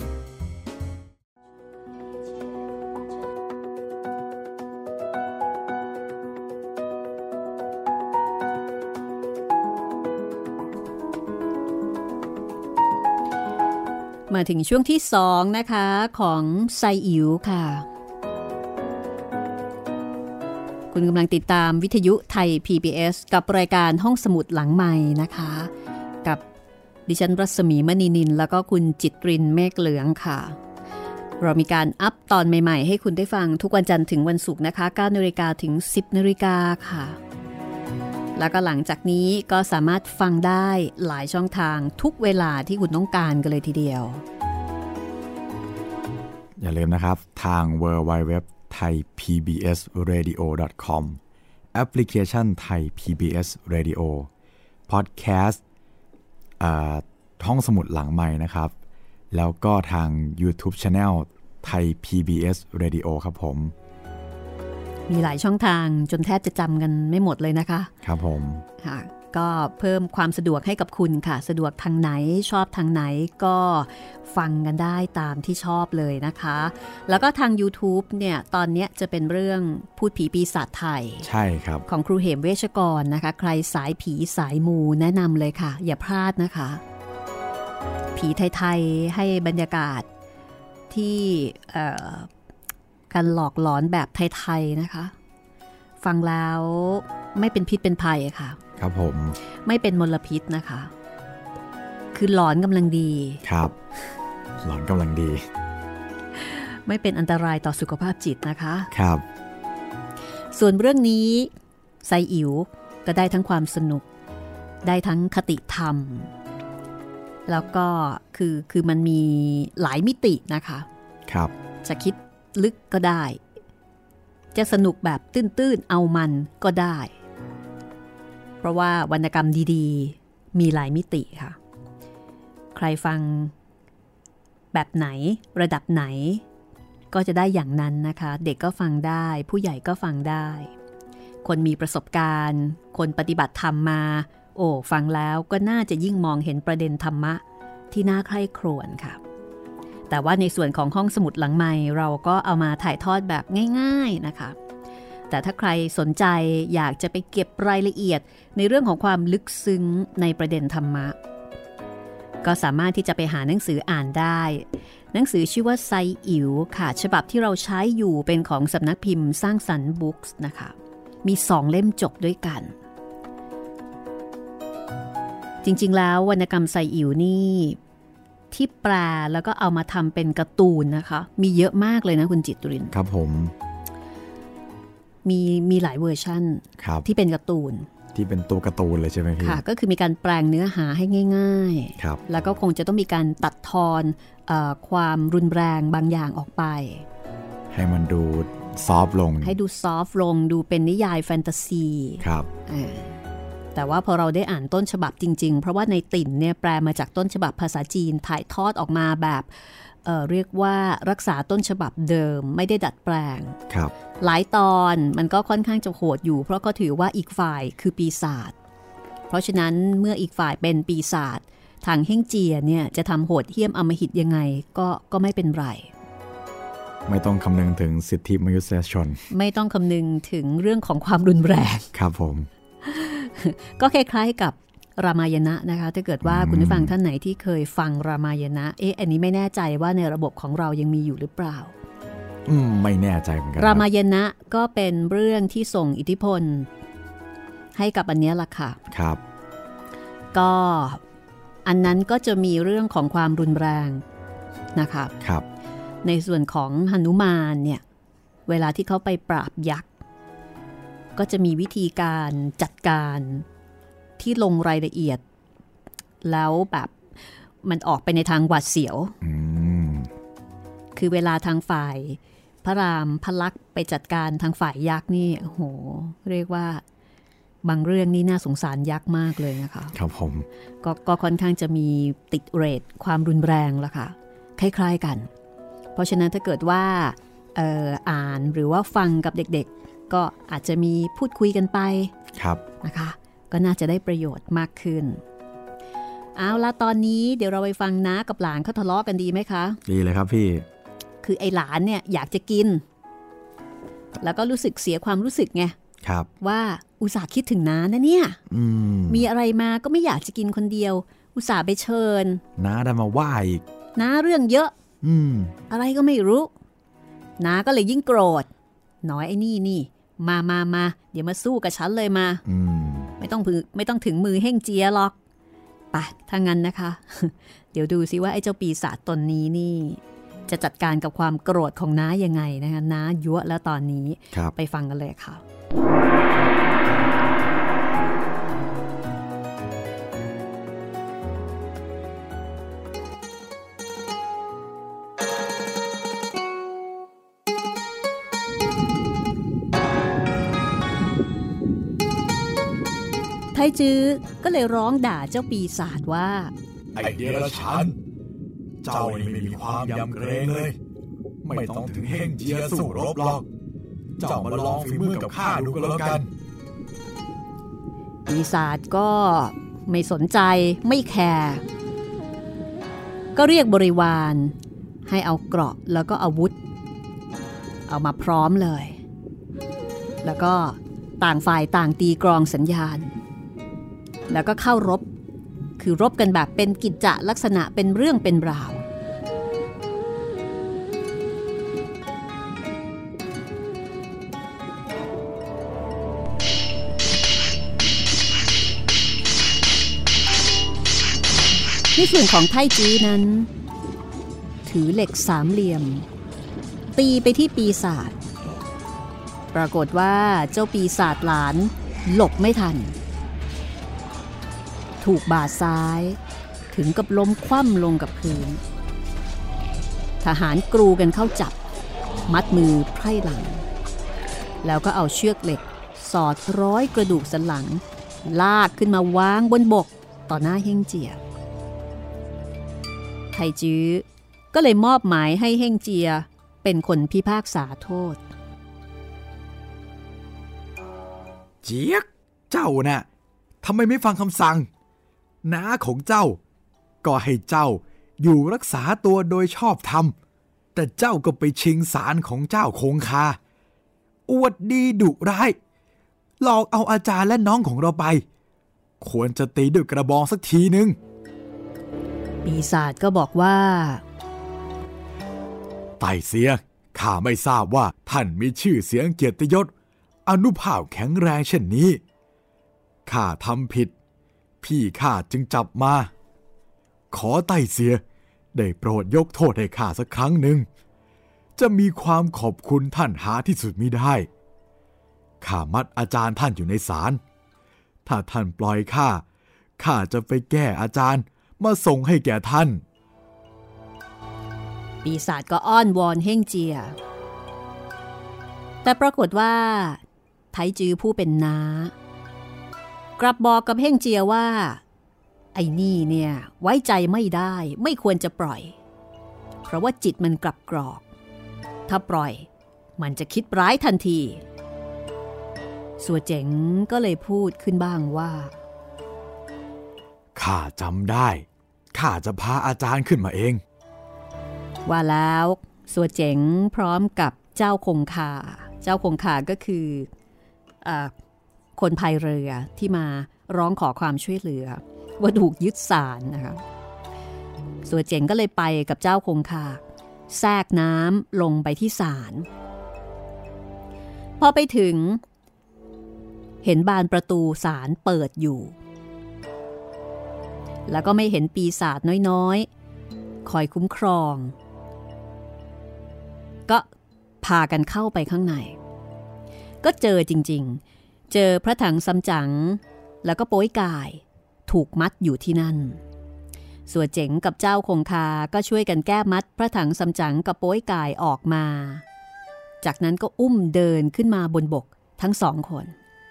มาถึงช่วงที่สองนะคะของไซอิ๋วค่ะคุณกำลังติดตามวิทยุไทย พี บี เอส กับรายการห้องสมุดหลังใหม่นะคะกับดิฉันรัศมีมณีนินแล้วก็คุณจิตรินเมฆเหลืองค่ะเรามีการอัพตอนใหม่ๆให้คุณได้ฟังทุกวันจันทร์ถึงวันศุกร์นะคะ เก้านาฬิกาถึง สิบนาฬิกาค่ะแล้วก็หลังจากนี้ก็สามารถฟังได้หลายช่องทางทุกเวลาที่คุณต้องการกันเลยทีเดียวอย่าลืมนะครับทาง ดับเบิลยู ดับเบิลยู ดับเบิลยู ดอท ไทย พี บี เอส เรดิโอ ดอท คอม แอปพลิเคชัน Thai พี บี เอส Radio Podcast ห้องสมุดหลังใหม่นะครับแล้วก็ทาง YouTube Channel Thai พี บี เอส Radio ครับผมมีหลายช่องทางจนแทบจะจำกันไม่หมดเลยนะคะครับผมค่ะก็เพิ่มความสะดวกให้กับคุณค่ะสะดวกทางไหนชอบทางไหนก็ฟังกันได้ตามที่ชอบเลยนะคะแล้วก็ทาง YouTube เนี่ยตอนนี้จะเป็นเรื่องพูดผีปีศาจไทยใช่ครับของครูเหมเวชกรนะคะใครสายผีสายมูแนะนำเลยค่ะอย่าพลาดนะคะผีไทยๆให้บรรยากาศที่การหลอกหลอนแบบไทยๆนะคะฟังแล้วไม่เป็นพิษเป็นภัยค่ะครับผมไม่เป็นมลพิษนะคะคือหลอนกำลังดีครับหลอนกำลังดีไม่เป็นอันตรายต่อสุขภาพจิตนะคะครับส่วนเรื่องนี้ไซอิ๋วก็ได้ทั้งความสนุกได้ทั้งคติธรรมแล้วก็คือคือมันมีหลายมิตินะคะครับจะคิดลึกก็ได้จะสนุกแบบตื้นๆเอามันก็ได้เพราะว่าวรรณกรรมดีๆมีหลายมิติค่ะใครฟังแบบไหนระดับไหนก็จะได้อย่างนั้นนะคะเด็กก็ฟังได้ผู้ใหญ่ก็ฟังได้คนมีประสบการณ์คนปฏิบัติธรรมมาโอ้ฟังแล้วก็น่าจะยิ่งมองเห็นประเด็นธรรมะที่น่าใคร่ครวญค่ะแต่ว่าในส่วนของห้องสมุดหลังใหม่เราก็เอามาถ่ายทอดแบบง่ายๆนะคะแต่ถ้าใครสนใจอยากจะไปเก็บรายละเอียดในเรื่องของความลึกซึ้งในประเด็นธรรมะก็สามารถที่จะไปหาหนังสืออ่านได้หนังสือชื่อว่าไซอิ๋วค่ะฉบับที่เราใช้อยู่เป็นของสำนักพิมพ์สร้างสรรค์บุ๊กส์นะคะมีสองเล่มจบด้วยกันจริงๆแล้ววรรณกรรมไซอิ๋วนี่ที่แปลแล้วก็เอามาทำเป็นการ์ตูนนะคะมีเยอะมากเลยนะคุณจิตรินครับผมมีมีหลายเวอร์ชั่นที่เป็นการ์ตูนที่เป็นตัวการ์ตูนเลยใช่ไหมพี่ค่ะก็คือมีการแปลงเนื้อหาให้ง่ายๆครับแล้วก็คงจะต้องมีการตัดทอนเอ่อความรุนแรงบางอย่างออกไปให้มันดูซอฟต์ลงให้ดูซอฟต์ลงดูเป็นนิยายแฟนตาซีครับแต่ว่าพอเราได้อ่านต้นฉบับจริงๆเพราะว่าในติ่นเนี่ยแปลมาจากต้นฉบับภาษาจีนถ่ายทอดออกมาแบบเอ่อเรียกว่ารักษาต้นฉบับเดิมไม่ได้ดัดแปลงครับหลายตอนมันก็ค่อนข้างจะโหดอยู่เพราะก็ถือว่าอีกฝ่ายคือปีศาจเพราะฉะนั้นเมื่ออีกฝ่ายเป็นปีศาจทางเฮ่งเจียเนี่ยจะทำโหดเหี้ยมอำมหิตยังไงก็ก็ไม่เป็นไรไม่ต้องคำนึงถึงสิทธิมนุษยชนไม่ต้องคำนึงถึงเรื่องของความรุนแรงครับผมก็คล้ายๆกับรามายณะนะคะถ้าเกิดว่าคุณผู้ฟังท่านไหนที่เคยฟังรามายณะเอ๊ะอันนี้ไม่แน่ใจว่าในระบบของเรายังมีอยู่หรือเปล่าอืมไม่แน่ใจเหมือนกันรามายณะก็เป็นเรื่องที่ส่งอิทธิพลให้กับอันนี้ล่ะค่ะครับก็อันนั้นก็จะมีเรื่องของความรุนแรงนะคะครับในส่วนของหนุมานเนี่ยเวลาที่เขาไปปราบยักษ์ก็จะมีวิธีการจัดการที่ลงรายละเอียดแล้วแบบมันออกไปในทางหวาดเสียวคือเวลาทางฝ่ายพระรามพลักษ์ไปจัดการทางฝ่ายยักษ์นี่โอ้โหเรียกว่าบางเรื่องนี่น่าสงสารยักษ์มากเลยนะคะครับผมก็ก็ค่อนข้างจะมีติดเรทความรุนแรงละค่ะคล้ายๆกันเพราะฉะนั้นถ้าเกิดว่าเอ่ออ่านหรือว่าฟังกับเด็กๆก็อาจจะมีพูดคุยกันไปครับนะคะก็น่าจะได้ประโยชน์มากขึ้นเอาละตอนนี้เดี๋ยวเราไปฟังน้ากับหลานเขาทะเลาะกันดีไหมคะดีเลยครับพี่คือไอ้หลานเนี่ยอยากจะกินแล้วก็รู้สึกเสียความรู้สึกไงครับว่าอุตส่าห์คิดถึงน้านะเนี่ยม, มีอะไรมาก็ไม่อยากจะกินคนเดียวอุตส่าห์ไปเชิญน้าได้มาว่าอีกน้าเรื่องเยอะอ, อะไรก็ไม่รู้น้าก็เลยยิ่งโกรธน้อยไอ้นี่นี่มามามาเดี๋ยวมาสู้กับฉันเลยมาไม่ต้องไม่ต้องถึงมือเฮ่งเจียหรอกไปถ้างั้นนะคะ เดี๋ยวดูซิว่าไอ้เจ้าปีศาจตนนี้นี่จะจัดการกับความโกรธของน้ายังไงนะคะน้ายั่วแล้วตอนนี้ไปฟังกันเลยค่ะไทจื้อก็เลยร้องด่าเจ้าปีศาจว่าไอเดรัจฉานเจ้านี่ไม่มีความยำเกรงเลยไม่ต้องถึงเฮ่งเจียสู้รบหรอกเจ้ามาลองฝีมือกับข้าดูก็แล้วกันปีศาจก็ไม่สนใจไม่แคร์ก็เรียกบริวารให้เอาเกราะแล้วก็อาวุธเอามาพร้อมเลยแล้วก็ต่างฝ่ายต่างตีกลองสัญญาณแล้วก็เข้ารบคือรบกันแบบเป็นกิจจะลักษณะเป็นเรื่องเป็นราวในส่วนของไทจื้อนั้นถือเหล็กสามเหลี่ยมตีไปที่ปีศาจปรากฏว่าเจ้าปีศาจหลานหลบไม่ทันถูกบาดซ้ายถึงกับล้มคว่ำลงกับพื้นทหารกรูกันเข้าจับมัดมือไพร่หลังแล้วก็เอาเชือกเหล็กสอดร้อยกระดูกสันหลังลากขึ้นมาวางบนบกต่อหน้าเฮ่งเจียไทจื้อก็เลยมอบหมายให้เฮ่งเจียเป็นคนพิพากษาโทษเจี๊ยกเจ้าน่ะทำไมไม่ฟังคำสั่งน้าของเจ้าก็ให้เจ้าอยู่รักษาตัวโดยชอบธรรมแต่เจ้าก็ไปชิงศาลของเจ้าคงคาอวดดีดุร้ายหลอกเอาอาจารย์และน้องของเราไปควรจะตีด้วยกระบองสักทีนึงปีศาจก็บอกว่าไต่เสียข้าไม่ทราบว่าท่านมีชื่อเสียงเกียรติยศอานุภาพแข็งแรงเช่นนี้ข้าทำผิดพี่ข้าจึงจับมาขอไต่เสียได้โปรดยกโทษให้ข้าสักครั้งหนึ่งจะมีความขอบคุณท่านหาที่สุดมิได้ข้ามัดอาจารย์ท่านอยู่ในศาลถ้าท่านปล่อยข้าข้าจะไปแก้อาจารย์มาส่งให้แก่ท่านปีศาจก็อ้อนวอนเฮ่งเจียแต่ปรากฏว่าไถจือผู้เป็นน้ากลับบอกกับเฮ่งเจียว่าไอ้นี่เนี่ยไว้ใจไม่ได้ไม่ควรจะปล่อยเพราะว่าจิตมันกลับกรอกถ้าปล่อยมันจะคิดร้ายทันทีสัวเจ๋งก็เลยพูดขึ้นบ้างว่าข้าจำได้ข้าจะพาอาจารย์ขึ้นมาเองว่าแล้วสัวเจ๋งพร้อมกับเจ้าคงคาเจ้าคงคาก็คือเอ่อคนพายเรือที่มาร้องขอความช่วยเหลือว่าถูกยึดศาลนะคะสัวเจ๋งก็เลยไปกับเจ้าคงคาแทรกน้ำลงไปที่ศาลพอไปถึงเห็นบานประตูศาลเปิดอยู่แล้วก็ไม่เห็นปีศาจน้อยๆคอยคุ้มครองก็พากันเข้าไปข้างในก็เจอจริงๆเจอพระถังซัมจั๋งแล้วก็โป้ยก่ายถูกมัดอยู่ที่นั่นสัวเจ๋งกับเจ้าคงคาก็ช่วยกันแก้มัดพระถังซัมจั๋งกับโป้ยก่ายออกมาจากนั้นก็อุ้มเดินขึ้นมาบนบกทั้งสองคน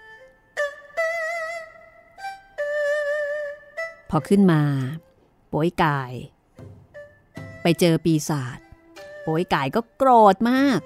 พอขึ้นมาโป้ยก่ายไปเจอปีศาจโป้ยก่ายก็โกรธมาก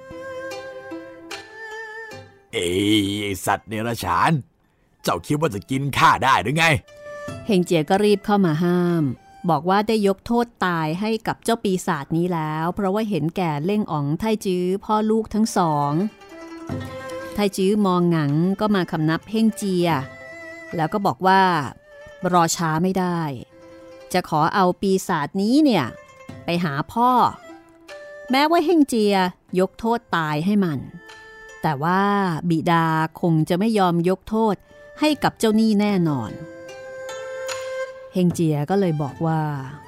เอ้ยสัตว์เนรชานเจ้าคิดว่าจะกินข้าได้หรือไงเฮงเจียก็รีบเข้ามาห้ามบอกว่าได้ยกโทษตายให้กับเจ้าปีศาจนี้แล้วเพราะว่าเห็นแก่เล่งอ๋องไทจื้อพ่อลูกทั้งสองไทจื้อมองหงังก็มาคำนับเฮงเจียแล้วก็บอกว่ารอช้าไม่ได้จะขอเอาปีศาจนี้เนี่ยไปหาพ่อแม้ว่าเฮงเจียยกโทษตายให้มันแต่ว่าบิดาคงจะไม่ยอมยกโทษให้กับเจ้าหนี้แน่นอนเฮงเจียก็เลยบอกว่า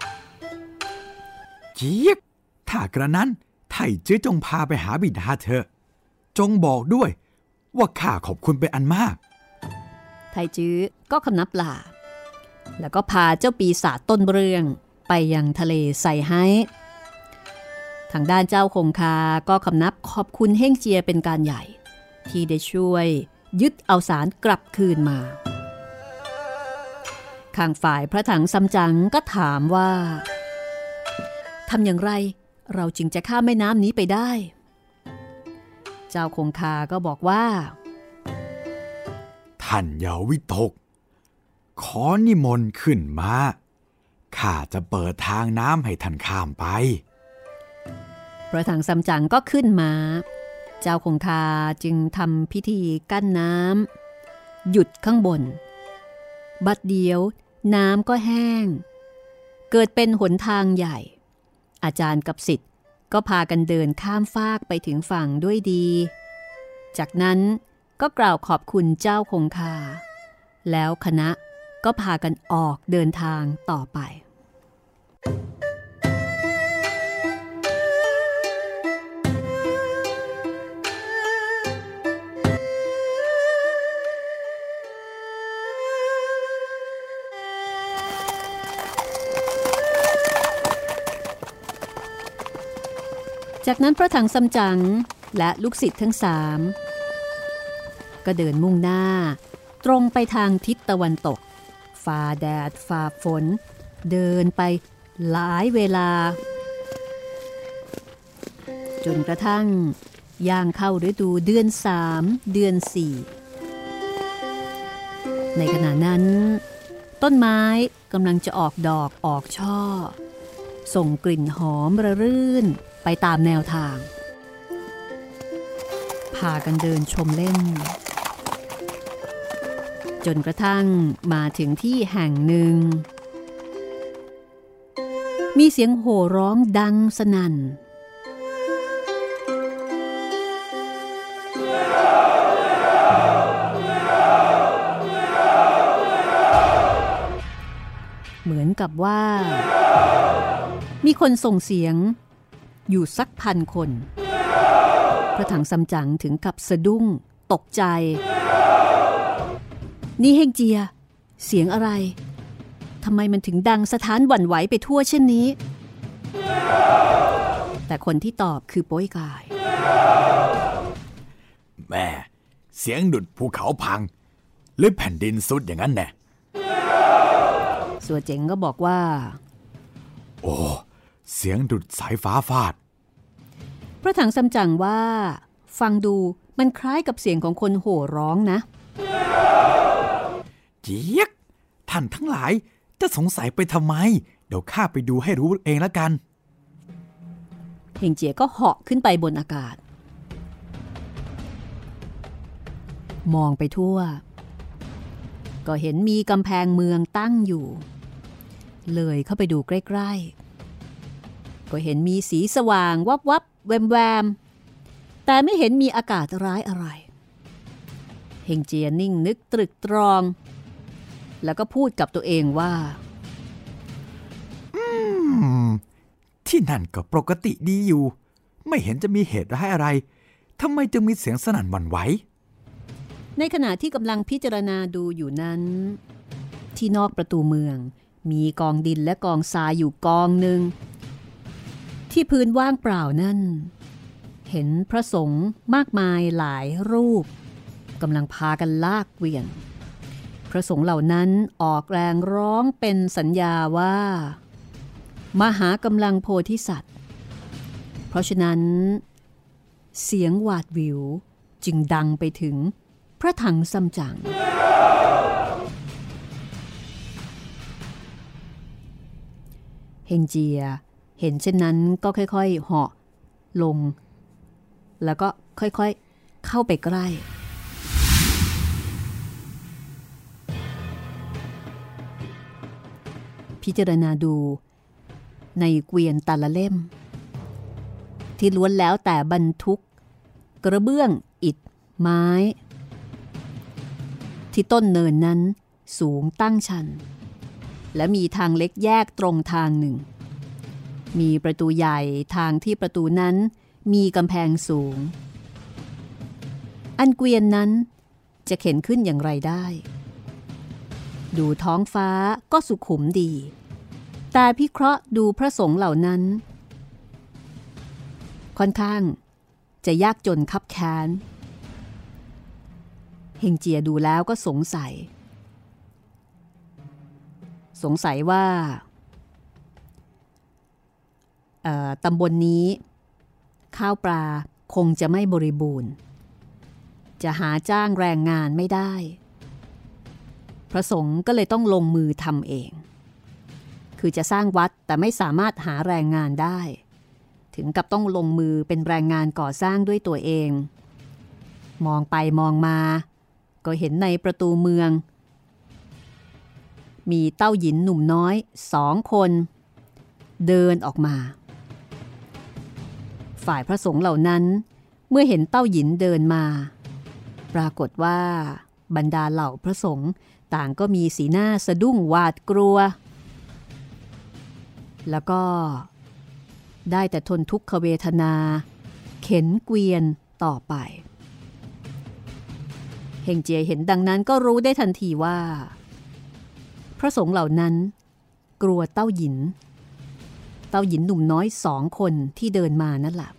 เจี๊ยกถ้ากระนั้นไถ่จื้อจงพาไปหาบิดาเถอะจงบอกด้วยว่าข้าขอบคุณเป็นอันมากไถ่จื้อก็คำนับลาแล้วก็พาเจ้าปีศาจต้นเรื่องไปยังทะเลไซไฮทางด้านเจ้าคงคาก็คำนับขอบคุณเฮ่งเจียเป็นการใหญ่ที่ได้ช่วยยึดเอาสารกลับคืนมาข้างฝ่ายพระถังซัมจั๋งก็ถามว่าทำอย่างไรเราจึงจะข้ามแม่น้ำนี้ไปได้เจ้าคงคาก็บอกว่าท่านอย่าวิตกขอนิมนต์ขึ้นมาข้าจะเปิดทางน้ำให้ท่านข้ามไปพระถังซัมจั๋งก็ขึ้นมาเจ้าคงคาจึงทำพิธีกั้นน้ำหยุดข้างบนบัดเดียวน้ำก็แห้งเกิดเป็นหนทางใหญ่อาจารย์กับศิษย์ก็พากันเดินข้ามฟากไปถึงฝั่งด้วยดีจากนั้นก็กล่าวขอบคุณเจ้าคงคาแล้วคณะก็พากันออกเดินทางต่อไปจากนั้นพระถังซัมจั๋งและลูกศิษย์ทั้งสามก็เดินมุ่งหน้าตรงไปทางทิศตะวันตกฝ่าแดดฝ่าฝนเดินไปหลายเวลาจนกระทั่งย่างเข้าฤดูเดือนสามเดือนสี่ในขณะนั้นต้นไม้กำลังจะออกดอกออกช่อส่งกลิ่นหอมระรื่นไปตามแนวทางพากันเดินชมเล่นจนกระทั่งมาถึงที่แห่งหนึ่งมีเสียงโห่ร้องดังสนั่นเหมือนกับว่ามีคนส่งเสียงอยู่สักพันคนพระถังซัมจั๋งถึงกับสะดุ้งตกใจนี่เฮงเจียเสียงอะไรทำไมมันถึงดังสะท้านหวั่นไหวไปทั่วเช่นนี้แต่คนที่ตอบคือโป้ยกายแม่เสียงดุดภูเขาพังหรือแผ่นดินสุดอย่างนั้นแน่สัวเจ๋งก็บอกว่าโอ้เสียงดุดสายฟ้าฟาดพระถังซัมจั๋งว่าฟังดูมันคล้ายกับเสียงของคนโห่ร้องนะเจี๊ยกท่านทั้งหลายจะสงสัยไปทำไมเดี๋ยวข้าไปดูให้รู้เองละกันเฮงเจียก็เหาะขึ้นไปบนอากาศมองไปทั่วก็เห็นมีกำแพงเมืองตั้งอยู่เลยเข้าไปดูใกล้ๆก็เห็นมีสีสว่างวับวับแวมแวมแต่ไม่เห็นมีอากาศร้ายอะไรเฮงเจียนิ่งนึกตรึกตรองแล้วก็พูดกับตัวเองว่าอืมที่นั่นก็ปกติดีอยู่ไม่เห็นจะมีเหตุร้ายอะไรทำไมจึงมีเสียงสนั่นหวั่นไหวในขณะที่กำลังพิจารณาดูอยู่นั้นที่นอกประตูเมืองมีกองดินและกองทรายอยู่กองหนึ่งที่พื้นว่างเปล่านั่นเห็นพระสงฆ์มากมายหลายรูปกำลังพากันลากเกวียนพระสงฆ์เหล่านั้นออกแรงร้องเป็นสัญญาว่ามหากำลังโพธิสัตว์เพราะฉะนั้นเสียงหวาดหวิวจึงดังไปถึงพระถังซัมจั๋งเฮงเจียเห็นเช่นนั้นก็ค่อยๆเหาะลงแล้วก็ค่อยๆเข้าไปใกล้พิจารณาดูในเกวียนแต่ละเล่มที่ล้วนแล้วแต่บรรทุกกระเบื้องอิฐไม้ที่ต้นเนินนั้นสูงตั้งชันและมีทางเล็กแยกตรงทางหนึ่งมีประตูใหญ่ทางที่ประตูนั้นมีกำแพงสูงอันเกวียนนั้นจะเข็นขึ้นอย่างไรได้ดูท้องฟ้าก็สุขุมดีแต่พิเคราะห์ดูพระสงฆ์เหล่านั้นค่อนข้างจะยากจนคับแค้นเฮงเจียดูแล้วก็สงสัยสงสัยว่าตำบล น, นี้ข้าวปลาคงจะไม่บริบูรณ์จะหาจ้างแรงงานไม่ได้พระสงฆ์ก็เลยต้องลงมือทำเองคือจะสร้างวัดแต่ไม่สามารถหาแรงงานได้ถึงกับต้องลงมือเป็นแรงงานก่อสร้างด้วยตัวเองมองไปมองมาก็เห็นในประตูเมืองมีเต้าหยินหนุ่มน้อยสองคนเดินออกมาฝ่ายพระสงฆ์เหล่านั้นเมื่อเห็นเต้าหยินเดินมาปรากฏว่าบรรดาเหล่าพระสงฆ์ต่างก็มีสีหน้าสะดุ้งหวาดกลัวแล้วก็ได้แต่ทนทุกขเวทนาเข็นเกวียนต่อไปเฮงเจียเห็นดังนั้นก็รู้ได้ทันทีว่าพระสงฆ์เหล่านั้นกลัวเต้าหยินเต้าหยินหนุ่มน้อยสองคนที่เดินมานั่นแหละ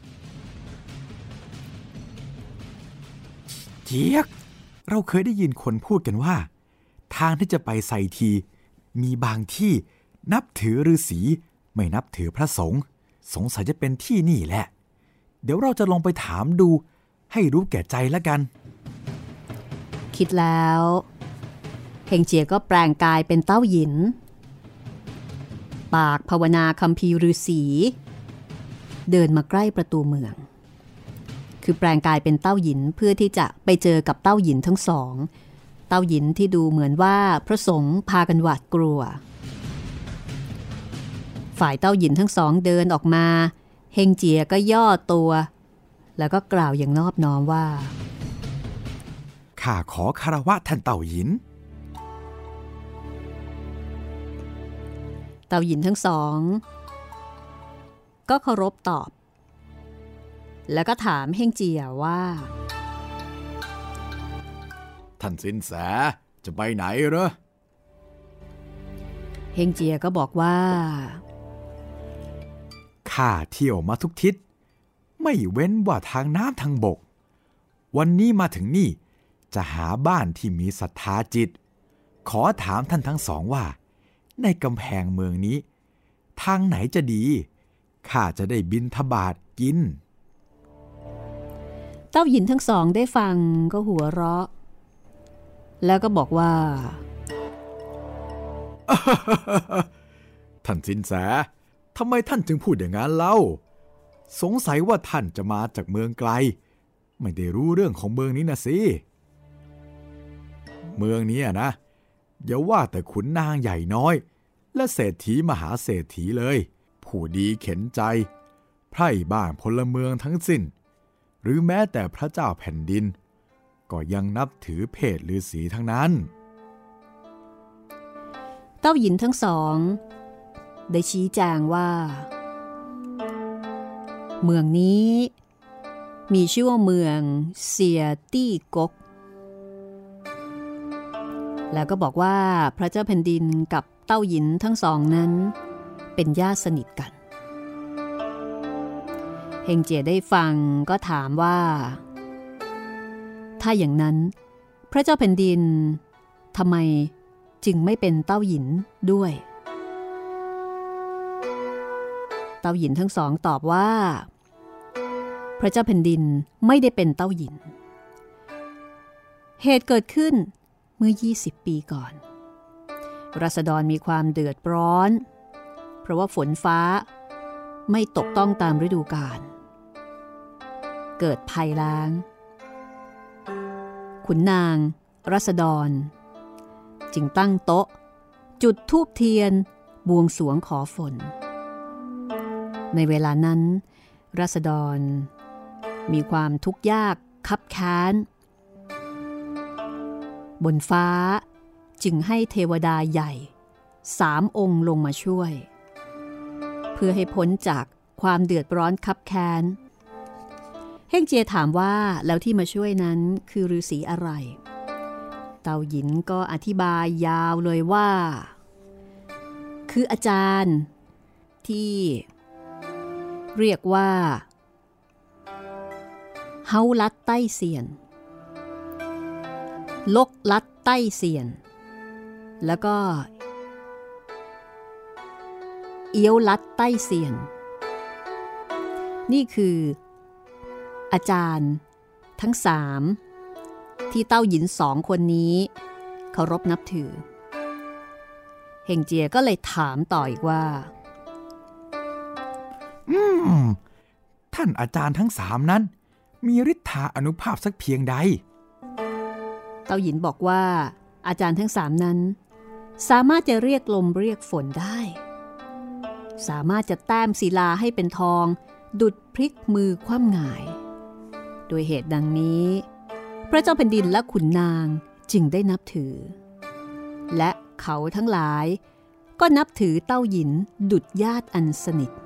เจี๊ยกเราเคยได้ยินคนพูดกันว่าทางที่จะไปไซทีมีบางที่นับถือฤาษีไม่นับถือพระสงฆ์สงสัยจะเป็นที่นี่แหละเดี๋ยวเราจะลองไปถามดูให้รู้แก่ใจละกันคิดแล้วเฮงเจียก็แปลงกายเป็นเต้าหยินปากภาวนาคัมภีร์ฤาษีเดินมาใกล้ประตูเมืองคือแปลงกายเป็นเต้าหยินเพื่อที่จะไปเจอกับเต้าหยินทั้งสองเต้าหยินที่ดูเหมือนว่าพระสงฆ์พากันหวาดกลัวฝ่ายเต้าหยินทั้งสองเดินออกมาเฮงเจียก็ย่อตัวแล้วก็กล่าวอย่างนอบน้อมว่าข้าขอคารวะท่านเต่าหยินเต่าหยินทั้งสองก็เคารพตอบแล้วก็ถามเฮงเจียว่าท่านสินแสจะไปไหนเหรอเฮงเจียก็บอกว่าข้าเที่ยวมาทุกทิศไม่เว้นว่าทางน้ำทางบกวันนี้มาถึงนี่จะหาบ้านที่มีศรัทธาจิตขอถามท่านทั้งสองว่าในกำแพงเมืองนี้ทางไหนจะดีข้าจะได้บิณฑบาตกินเต้าหยินทั้งสองได้ฟังก็หัวเราะแล้วก็บอกว่าท่านสินแสทำไมท่านจึงพูดอย่างนั้นเล่าสงสัยว่าท่านจะมาจากเมืองไกลไม่ได้รู้เรื่องของเมืองนี้นะสิเมืองนี้นะอย่าว่าแต่ขุนนางใหญ่น้อยและเศรษฐีมหาเศรษฐีเลยผู้ดีเข็นใจไพร่บ้านพลเมืองทั้งสิ้นหรือแม้แต่พระเจ้าแผ่นดินก็ยังนับถือเพศฤาษีทั้งนั้นเต้าหยินทั้งสองได้ชี้แจงว่าเมืองนี้มีชื่อว่าเมืองเซียตี้ก๊กแล้วก็บอกว่าพระเจ้าแผ่นดินกับเต้าหยินทั้งสองนั้นเป็นญาติสนิทกันเฮงเจียได้ฟังก็ถามว่าถ้าอย่างนั้นพระเจ้าแผ่นดินทำไมจึงไม่เป็นเต้าหยินด้วยเต้าหยินทั้งสองตอบว่าพระเจ้าแผ่นดินไม่ได้เป็นเต้าหยินเหตุเกิดขึ้นเมื่อยี่สิบปีก่อนราษฎรมีความเดือดร้อนเพราะว่าฝนฟ้าไม่ตกต้องตามฤดูกาลเกิดภัยแล้งขุนนางราษฎรจึงตั้งโต๊ะจุดธูปเทียนบวงสรวงขอฝนในเวลานั้นราษฎรมีความทุกข์ยากคับแค้นบนฟ้าจึงให้เทวดาใหญ่สามองค์ลงมาช่วยเพื่อให้พ้นจากความเดือดร้อนคับแค้นเฮงเจียถามว่าแล้วที่มาช่วยนั้นคือฤาษีอะไรเต่าหยินก็อธิบายยาวเลยว่าคืออาจารย์ที่เรียกว่าเฮาลัดใต้เซียนลกลัดใต้เซียนแล้วก็เอี้ยวลัดใต้เซียนนี่คืออาจารย์ทั้งสามที่เต้าหยินสองคนนี้เคารพนับถือเฮงเจียก็เลยถามต่ออีกว่าอืมท่านอาจารย์ทั้งสามนั้นมีฤทธาอานุภาพสักเพียงใดเต้าหยินบอกว่าอาจารย์ทั้งสามนั้นสามารถจะเรียกลมเรียกฝนได้สามารถจะแต้มศิลาให้เป็นทองดุจพลิกมือคว่ำหงายโดยเหตุดังนี้พระเจ้าแผ่นดินและขุนนางจึงได้นับถือและเขาทั้งหลายก็นับถือเต้าหยินดุจญาติอันสนิท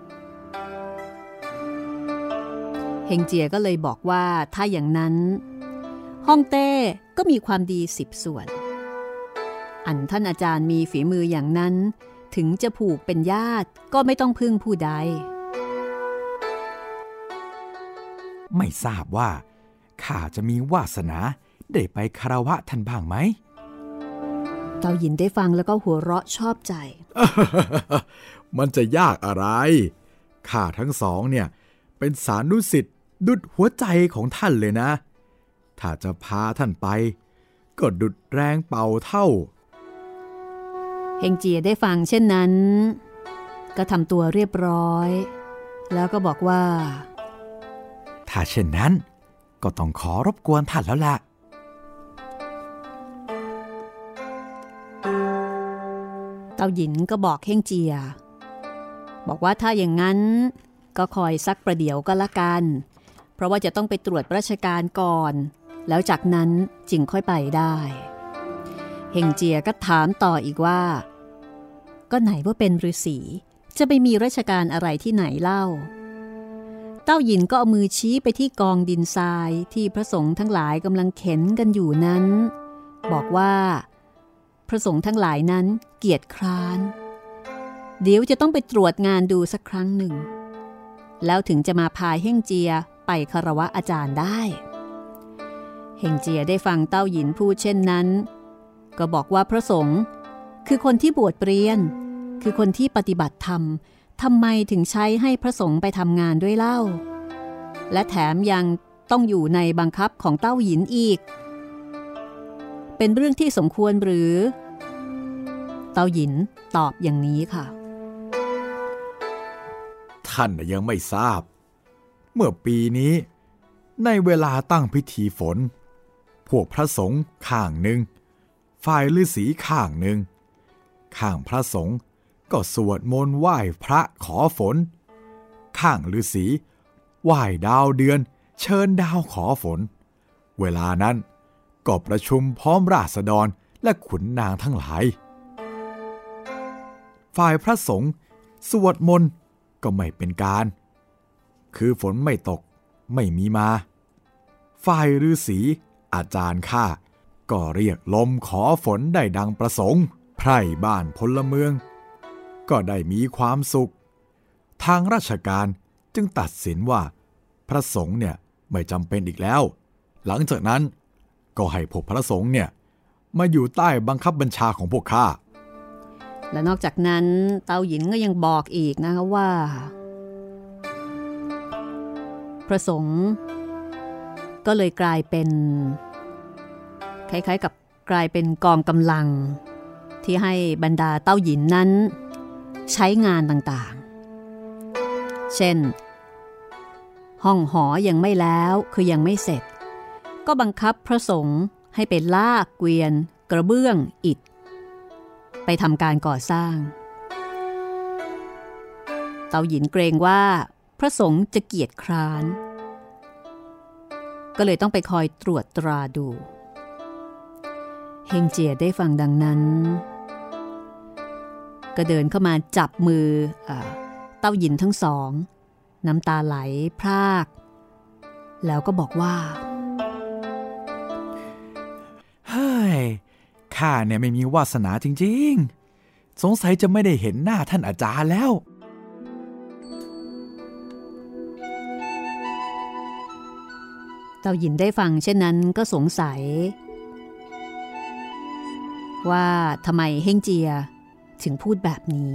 เฮงเจียก็เลยบอกว่าถ้าอย่างนั้นฮ่องเต้ก็มีความดีสิบส่วนอันท่านอาจารย์มีฝีมืออย่างนั้นถึงจะผูกเป็นญาติก็ไม่ต้องพึ่งผู้ใดไม่ทราบว่าข้าจะมีวาสนาได้ไปคารวะท่านบ้างไหมเต้าหยินได้ฟังแล้วก็หัวเราะชอบใจมันจะยากอะไรข้าทั้งสองเนี่ยเป็นสานุสิทธิ์ดุจหัวใจของท่านเลยนะถ้าจะพาท่านไปก็ดุจแรงเป่าเท่าเฮงเจียได้ฟังเช่นนั้นก็ทำตัวเรียบร้อยแล้วก็บอกว่าถ้าเช่นนั้นก็ต้องขอรบกวนท่านแล้วล่ะเต้าหยินก็บอกเฮงเจียบอกว่าถ้าอย่างนั้นก็คอยสักประเดี๋ยวก็ละกันเพราะว่าจะต้องไปตรวจราชการก่อนแล้วจากนั้นจึงค่อยไปได้เฮงเจียก็ถามต่ออีกว่าก็ไหนว่าเป็นฤาษีจะไปมีราชการอะไรที่ไหนเล่าเต้าหยินก็เอามือชี้ไปที่กองดินทรายที่พระสงฆ์ทั้งหลายกำลังเข็นกันอยู่นั้นบอกว่าพระสงฆ์ทั้งหลายนั้นเกียจคร้านเดี๋ยวจะต้องไปตรวจงานดูสักครั้งหนึ่งแล้วถึงจะมาพาเฮ่งเจียไปคารวะอาจารย์ได้เฮ่งเจียได้ฟังเต้าหยินพูดเช่นนั้นก็บอกว่าพระสงฆ์คือคนที่บวชเรียนคือคนที่ปฏิบัติธรรมทำไมถึงใช้ให้พระสงฆ์ไปทำงานด้วยเล่าและแถมยังต้องอยู่ในบังคับของเต้าหยินอีกเป็นเรื่องที่สมควรหรือเต้าหยินตอบอย่างนี้ค่ะท่านยังไม่ทราบเมื่อปีนี้ในเวลาตั้งพิธีฝนพวกพระสงฆ์ข้างหนึ่งฝ่ายฤาษีข้างหนึ่งข้างพระสงฆ์ก็สวดมนต์ไหว้พระขอฝนข้างฤาษีไหว้ดาวเดือนเชิญดาวขอฝนเวลานั้นก็ประชุมพร้อมราษฎรและขุนนางทั้งหลายฝ่ายพระสงฆ์สวดมนต์ก็ไม่เป็นการคือฝนไม่ตกไม่มีมาฝ่ายฤาษีอาจารย์ข้าก็เรียกลมขอฝนได้ดังประสงค์ไพร่บ้านพลเมืองก็ได้มีความสุขทางราชการจึงตัดสินว่าพระสงฆ์เนี่ยไม่จำเป็นอีกแล้วหลังจากนั้นก็ให้พวกพระสงฆ์เนี่ยมาอยู่ใต้บังคับบัญชาของพวกข้าและนอกจากนั้นเต้าหยินก็ยังบอกอีกนะคะว่าพระสงฆ์ก็เลยกลายเป็นคล้ายๆกับกลายเป็นกองกำลังที่ให้บรรดาเต้าหยินนั้นใช้งานต่างๆเช่นห้องหอยังไม่แล้วคือยังไม่เสร็จก็บังคับพระสงฆ์ให้ไปลากเกวียนกระเบื้องอิฐไปทำการก่อสร้างเต้าหยินเกรงว่าพระสงฆ์จะเกียจคร้านก็เลยต้องไปคอยตรวจตราดูเฮงเจียได้ฟังดังนั้นก็เดินเข้ามาจับมือเต้าหยินทั้งสองน้ำตาไหลพรากแล้วก็บอกว่าเฮ้ยข้าเนี่ยไม่มีวาสนาจริงๆสงสัยจะไม่ได้เห็นหน้าท่านอาจารย์แล้วเต้าหยินได้ฟังเช่นนั้นก็สงสัยว่าทำไมเฮ่งเจียถึงพูดแบบนี้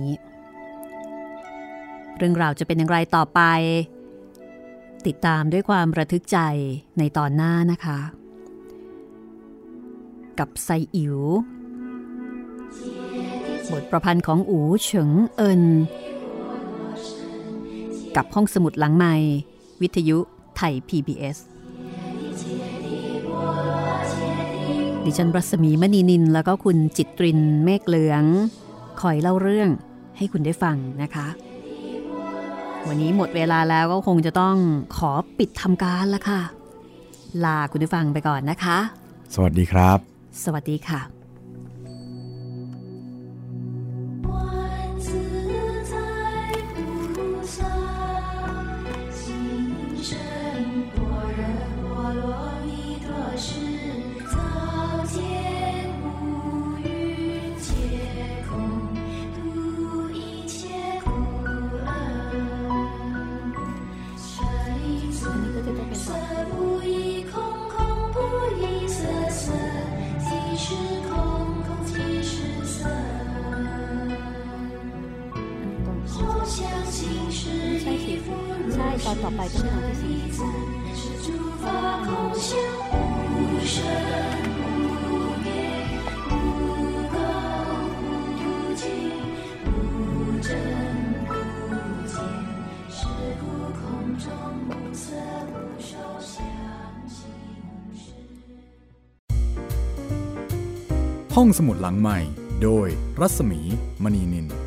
เรื่องราวจะเป็นอย่างไรต่อไปติดตามด้วยความระทึกใจในตอนหน้านะคะกับไซอิ๋วบทประพันธ์ของอู๋เฉิงเอินกับห้องสมุดหลังไมค์วิทยุไทย พี บี เอส ดิฉันรัศมีมณีนินแล้วก็คุณจิตรินเมฆเหลืองคอยเล่าเรื่องให้คุณได้ฟังนะคะวันนี้หมดเวลาแล้วก็คงจะต้องขอปิดทำการละค่ะลาคุณได้ฟังไปก่อนนะคะสวัสดีครับสวัสดีค่ะตอนต่อไปก็ไม่ต้องที่ห้องสมุดหลังใหม่โดยรัศมีมณีนิน